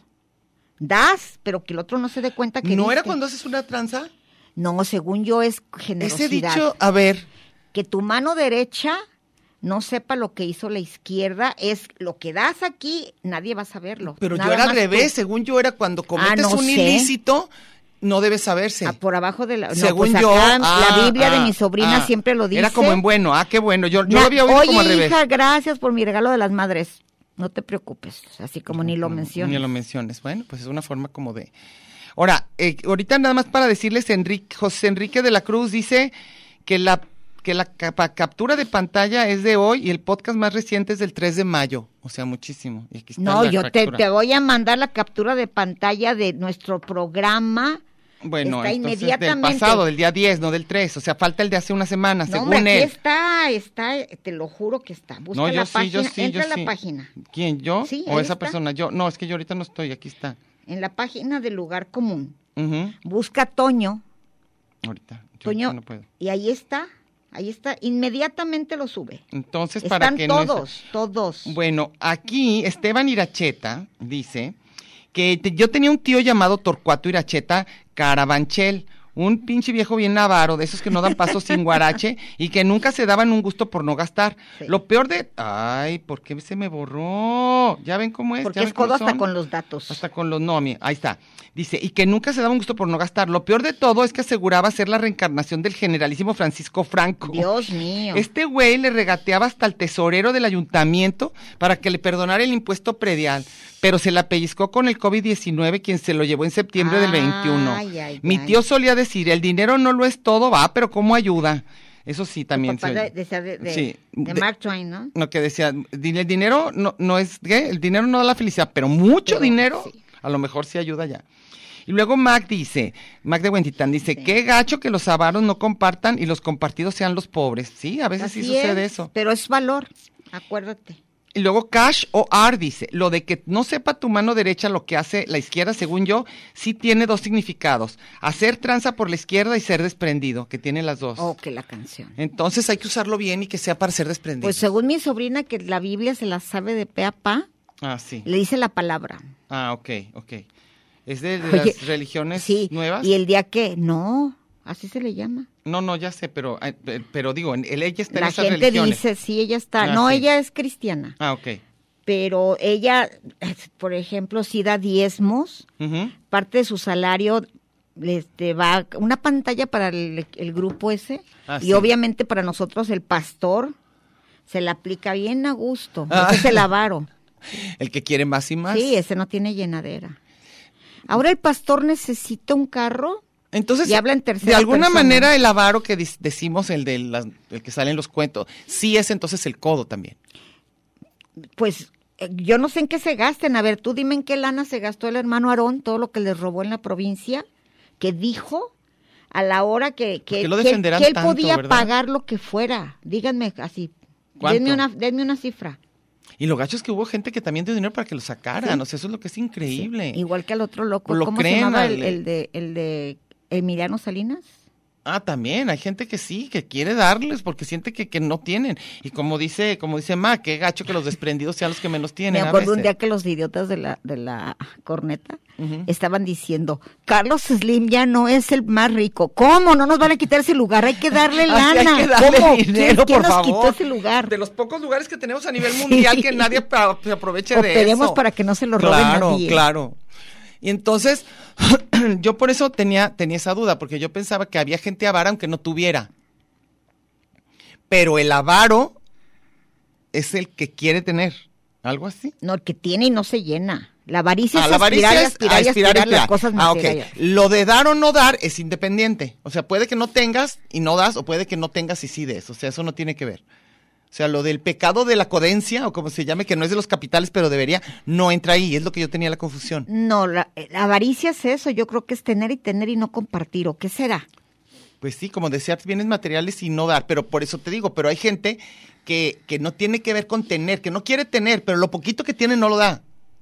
Das, pero que el otro no se dé cuenta que ¿No diste. era cuando haces una tranza? No, según yo es generosidad. Ese dicho, a ver... Que tu mano derecha no sepa lo que hizo la izquierda, es lo que das aquí, nadie va a saberlo. Pero Nada yo era al más revés, tú. según yo era cuando cometes ah, no un sé. ilícito, no debe saberse. Ah, por abajo de la... No, según pues yo, acá, ah, la Biblia ah, de mi sobrina ah, siempre lo dice. Era como en bueno, ah, qué bueno, yo, yo Na, lo había oído oye, como al revés. hija, gracias por mi regalo de las madres. No te preocupes, así como ni lo menciones. Ni lo menciones. Bueno, pues es una forma como de... Ahora, eh, ahorita nada más para decirles, Enrique, José Enrique de la Cruz dice que la que la capa, captura de pantalla es de hoy y el podcast más reciente es del tres de mayo. O sea, muchísimo. Y aquí está no, la yo te, captura. te voy a mandar la captura de pantalla de nuestro programa. Bueno, está entonces inmediatamente. del pasado, del día diez, no del tres. O sea, falta el de hace una semana, no, según hombre, él. Aquí está, está, te lo juro que está. Busca no, yo la sí, página, yo sí, entra yo a la sí. página. ¿Quién, yo? Sí, ¿O esa está. persona? Yo. No, es que yo ahorita no estoy, aquí está. En la página del Lugar Común. Uh-huh. Busca Toño. Ahorita, yo Toño, ahorita no puedo. Y ahí está, ahí está, inmediatamente lo sube. Entonces, Están para que todos, no... todos. Bueno, aquí Esteban Iracheta dice que te, yo tenía un tío llamado Torcuato Iracheta Carabanchel, un pinche viejo bien avaro, de esos que no dan paso sin guarache y que nunca se daban un gusto por no gastar. Sí. Lo peor de... Ay, ¿por qué se me borró? ¿Ya ven cómo es? Porque ¿Ya es codo hasta con los datos. Hasta con los... No, mira, ahí está. Dice, y que nunca se daba un gusto por no gastar. Lo peor de todo es que aseguraba ser la reencarnación del generalísimo Francisco Franco. Dios mío. Este güey le regateaba hasta el tesorero del ayuntamiento para que le perdonara el impuesto predial, pero se la pellizcó con el COVID diecinueve, quien se lo llevó en septiembre ay, del veintiuno. Ay, ay, Mi tío ay. solía decir, el dinero no lo es todo, va, pero ¿cómo ayuda? Eso sí, también. Papá de, de, de, de, sí, de Mark Twain, ¿no? No, que decía, el dinero no, no es, ¿qué? El dinero no da la felicidad, pero mucho pero, dinero, sí. a lo mejor sí ayuda ya. Y luego Mac dice, Mac de Huentitán dice, sí. qué gacho que los avaros no compartan y los compartidos sean los pobres. Sí, a veces Así sí sucede es, eso. Pero es valor, acuérdate. Y luego Cash o R dice, lo de que no sepa tu mano derecha lo que hace la izquierda, según yo, sí tiene dos significados. Hacer tranza por la izquierda y ser desprendido, que tiene las dos. Oh, que la canción. Entonces hay que usarlo bien y que sea para ser desprendido. Pues según mi sobrina, que la Biblia se la sabe de pe a pa, ah, sí. le dice la palabra. Ah, ok, ok. ¿Es de, de Oye, las religiones sí, nuevas? ¿Y el día qué? No, así se le llama. No, no, ya sé, pero pero digo, ella está la en esas religiones. La gente dice, sí, ella está, ah, no, sí. ella es cristiana. Ah, ok. Pero ella, por ejemplo, sí da diezmos, uh-huh. parte de su salario este, va una pantalla para el, el grupo ese, ah, y sí. obviamente para nosotros el pastor se la aplica bien a gusto, ah. ese es el avaro. El que quiere más y más. Sí, ese no tiene llenadera. Ahora el pastor necesita un carro. Entonces, y habla en tercera de alguna persona. manera el avaro que decimos, el de las, el que sale en los cuentos, sí es entonces el codo también. Pues yo no sé en qué se gasten. A ver, tú dime en qué lana se gastó el hermano Aarón, todo lo que les robó en la provincia, que dijo a la hora que, que, lo que, que él tanto, podía ¿verdad? pagar lo que fuera. Díganme así, denme una, denme una cifra. Y lo gacho es que hubo gente que también dio dinero para que lo sacaran, sí. O sea, eso es lo que es increíble. Sí. Igual que al otro loco, lo ¿cómo creen, se llamaba al... el, el de el de Emiliano Salinas? Ah, también, hay gente que sí, que quiere darles porque siente que, que no tienen. Y como dice, como dice Ma, qué gacho que los desprendidos sean los que menos tienen. Me acuerdo un día que los idiotas de la, de la corneta uh-huh. estaban diciendo, Carlos Slim ya no es el más rico. ¿Cómo? No nos van a quitar ese lugar, hay que darle lana. Así hay que darle ¿Cómo? dinero, ¿Quién por nos favor? quitó ese lugar? De los pocos lugares que tenemos a nivel mundial sí. que nadie pa- se aproveche de eso. Esperemos para que no se lo roben claro, nadie. Claro, claro. Y entonces, yo por eso tenía, tenía esa duda, porque yo pensaba que había gente avara aunque no tuviera. Pero el avaro es el que quiere tener, algo así. No, el que tiene y no se llena. La avaricia ah, es la avaricia aspirar, es aspirar, aspirar, aspirar, aspirar las cosas ah, okay. materiales. Lo de dar o no dar es independiente. O sea, puede que no tengas y no das, o puede que no tengas y sí des. O sea, eso no tiene que ver. O sea, lo del pecado de la codencia, o como se llame, que no es de los capitales, pero debería, no entra ahí. Es lo que yo tenía la confusión. No, la, la avaricia es eso. Yo creo que es tener y tener y no compartir. ¿O qué será? Pues sí, como decía, bienes materiales y no dar. Pero por eso te digo, pero hay gente que, que no tiene que ver con tener, que no quiere tener, pero lo poquito que tiene no lo da.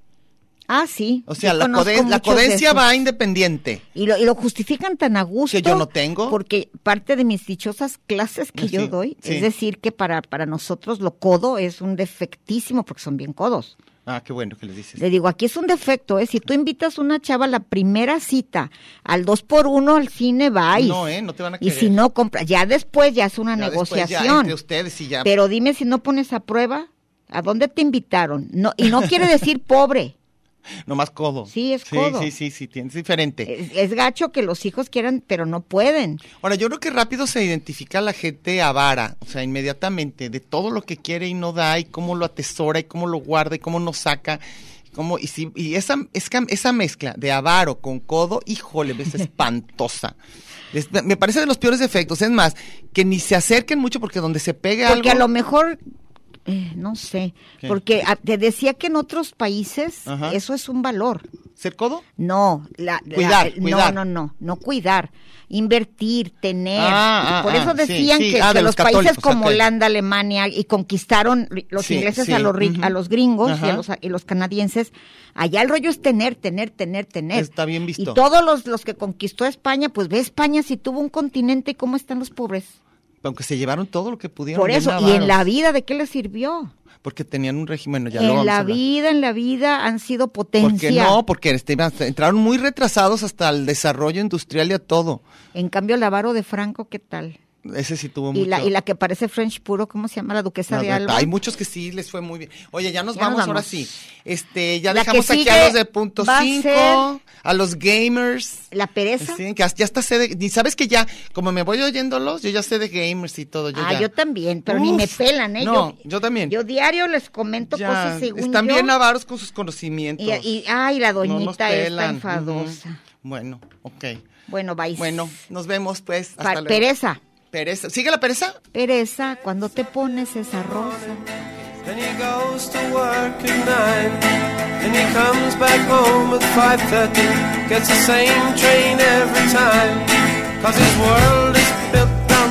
Ah, sí. O sea, la, coden- la codencia va independiente. Y lo, y lo justifican tan a gusto. Que yo no tengo. Porque parte de mis dichosas clases que sí, yo doy, sí. es decir, que para, para nosotros lo codo es un defectísimo, porque son bien codos. Ah, qué bueno que les dices. Le digo, aquí es un defecto, ¿eh? Si tú invitas a una chava a la primera cita, al dos por uno al cine, vais. No, ¿eh? No te van a querer. Y si no compras, ya después ya es una ya negociación. Después ya entre ustedes y ya. Pero dime si no pones a prueba, ¿a dónde te invitaron? No, y no quiere decir pobre. No más codo. Sí, es codo. Sí, sí, sí, sí, es diferente. Es, es gacho que los hijos quieran, pero no pueden. Ahora, yo creo que rápido se identifica a la gente avara, o sea, inmediatamente, de todo lo que quiere y no da, y cómo lo atesora, y cómo lo guarda, y cómo no saca, cómo, y, si, y esa, esa, esa mezcla de avaro con codo, híjole, es espantosa. Es, me parece de los peores defectos, es más, que ni se acerquen mucho porque donde se pegue algo... Porque a lo mejor... Eh, no sé, ¿qué? Porque a, te decía que en otros países Ajá. eso es un valor. ¿Ser codo? No, la, cuidar, la, cuidar. No, no, no, no cuidar, invertir, tener. Ah, ah, por eso ah, decían sí, sí. que, Ah, que los los países como okay. Holanda, Alemania, y conquistaron los sí, ingleses sí. a, los, uh-huh. a los gringos Ajá. y, a los, y los canadienses. Allá el rollo es tener, tener, tener, tener. Está bien visto. Y todos los, los que conquistó España, pues ve España si tuvo un continente y cómo están los pobres. Aunque se llevaron todo lo que pudieron. Por eso, y en la vida, ¿de qué les sirvió? Porque tenían un régimen, ya en lo vamos la a hablar. vida, en la vida han sido potencia. Porque no, porque este, entraron muy retrasados hasta el desarrollo industrial y a todo. En cambio, el avaro de Franco, ¿qué tal? Ese sí tuvo y mucho. La, y la que parece French puro, ¿cómo se llama? La duquesa no, de Alba. Hay muchos que sí les fue muy bien. Oye, ya nos, ya vamos, nos vamos ahora sí. Este, ya la dejamos aquí a los de punto cinco, a los gamers. La pereza. Sí, que ya hasta sé de, ni sabes que ya, como me voy oyéndolos, yo ya sé de gamers y todo. Yo ah, ya. yo también, pero Uf, ni me pelan, ¿eh? No, yo, yo también. Yo diario les comento ya, cosas según están yo. bien avaros con sus conocimientos. Y, y ay, la doñita no está enfadosa. Uh-huh. Bueno, ok. Bueno, vais. Bueno, nos vemos pues. Hasta Pa- luego. Pereza. Pereza. ¿Sigue la pereza? Pereza, cuando te pones esa rosa. Then he goes to work at nine, and he comes back home at five thirty, gets the same train every time, cause his world is built on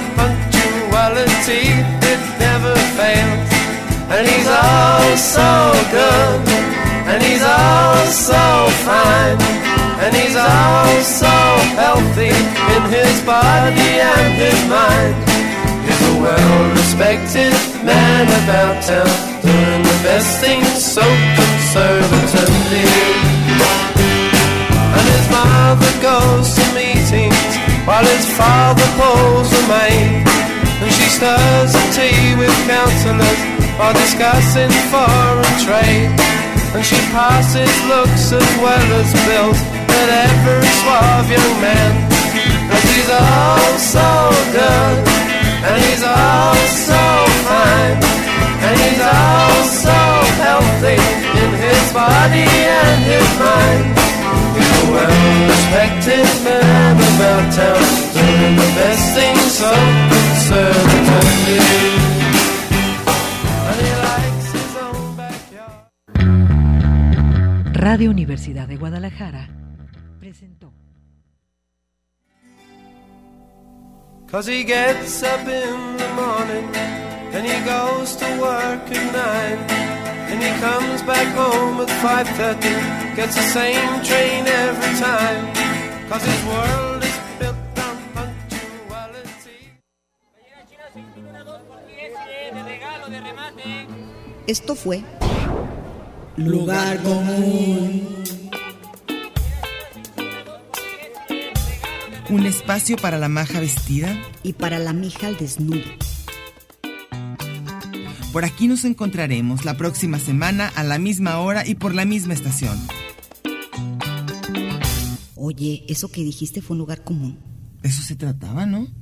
punctuality, it never fails, and he's all so good, and he's all so fine, and he's all so healthy in his body and his mind. He's a well-respected man about town, doing the best things so conservatively. And his mother goes to meetings while his father pulls the maid, and she stirs the tea with counsellors while discussing foreign trade, and she passes looks as well as bills at every suave young man, and he's all so good, and he's all so fine, and he's all so healthy in his body and his mind. He's a well-respected man about town, doing the best things so conservatively, and he likes his own backyard. Radio Universidad de Guadalajara presentó. Cause he gets up in the morning, and he goes to work at nine, and he comes back home at five thirty, gets the same train every time, cause his world is built on punctuality. Esto fue Lugar Común. Un espacio para la maja vestida y para la mija al desnudo. Por aquí nos encontraremos la próxima semana a la misma hora y por la misma estación. Oye, eso que dijiste fue un lugar común. Eso se trataba, ¿no?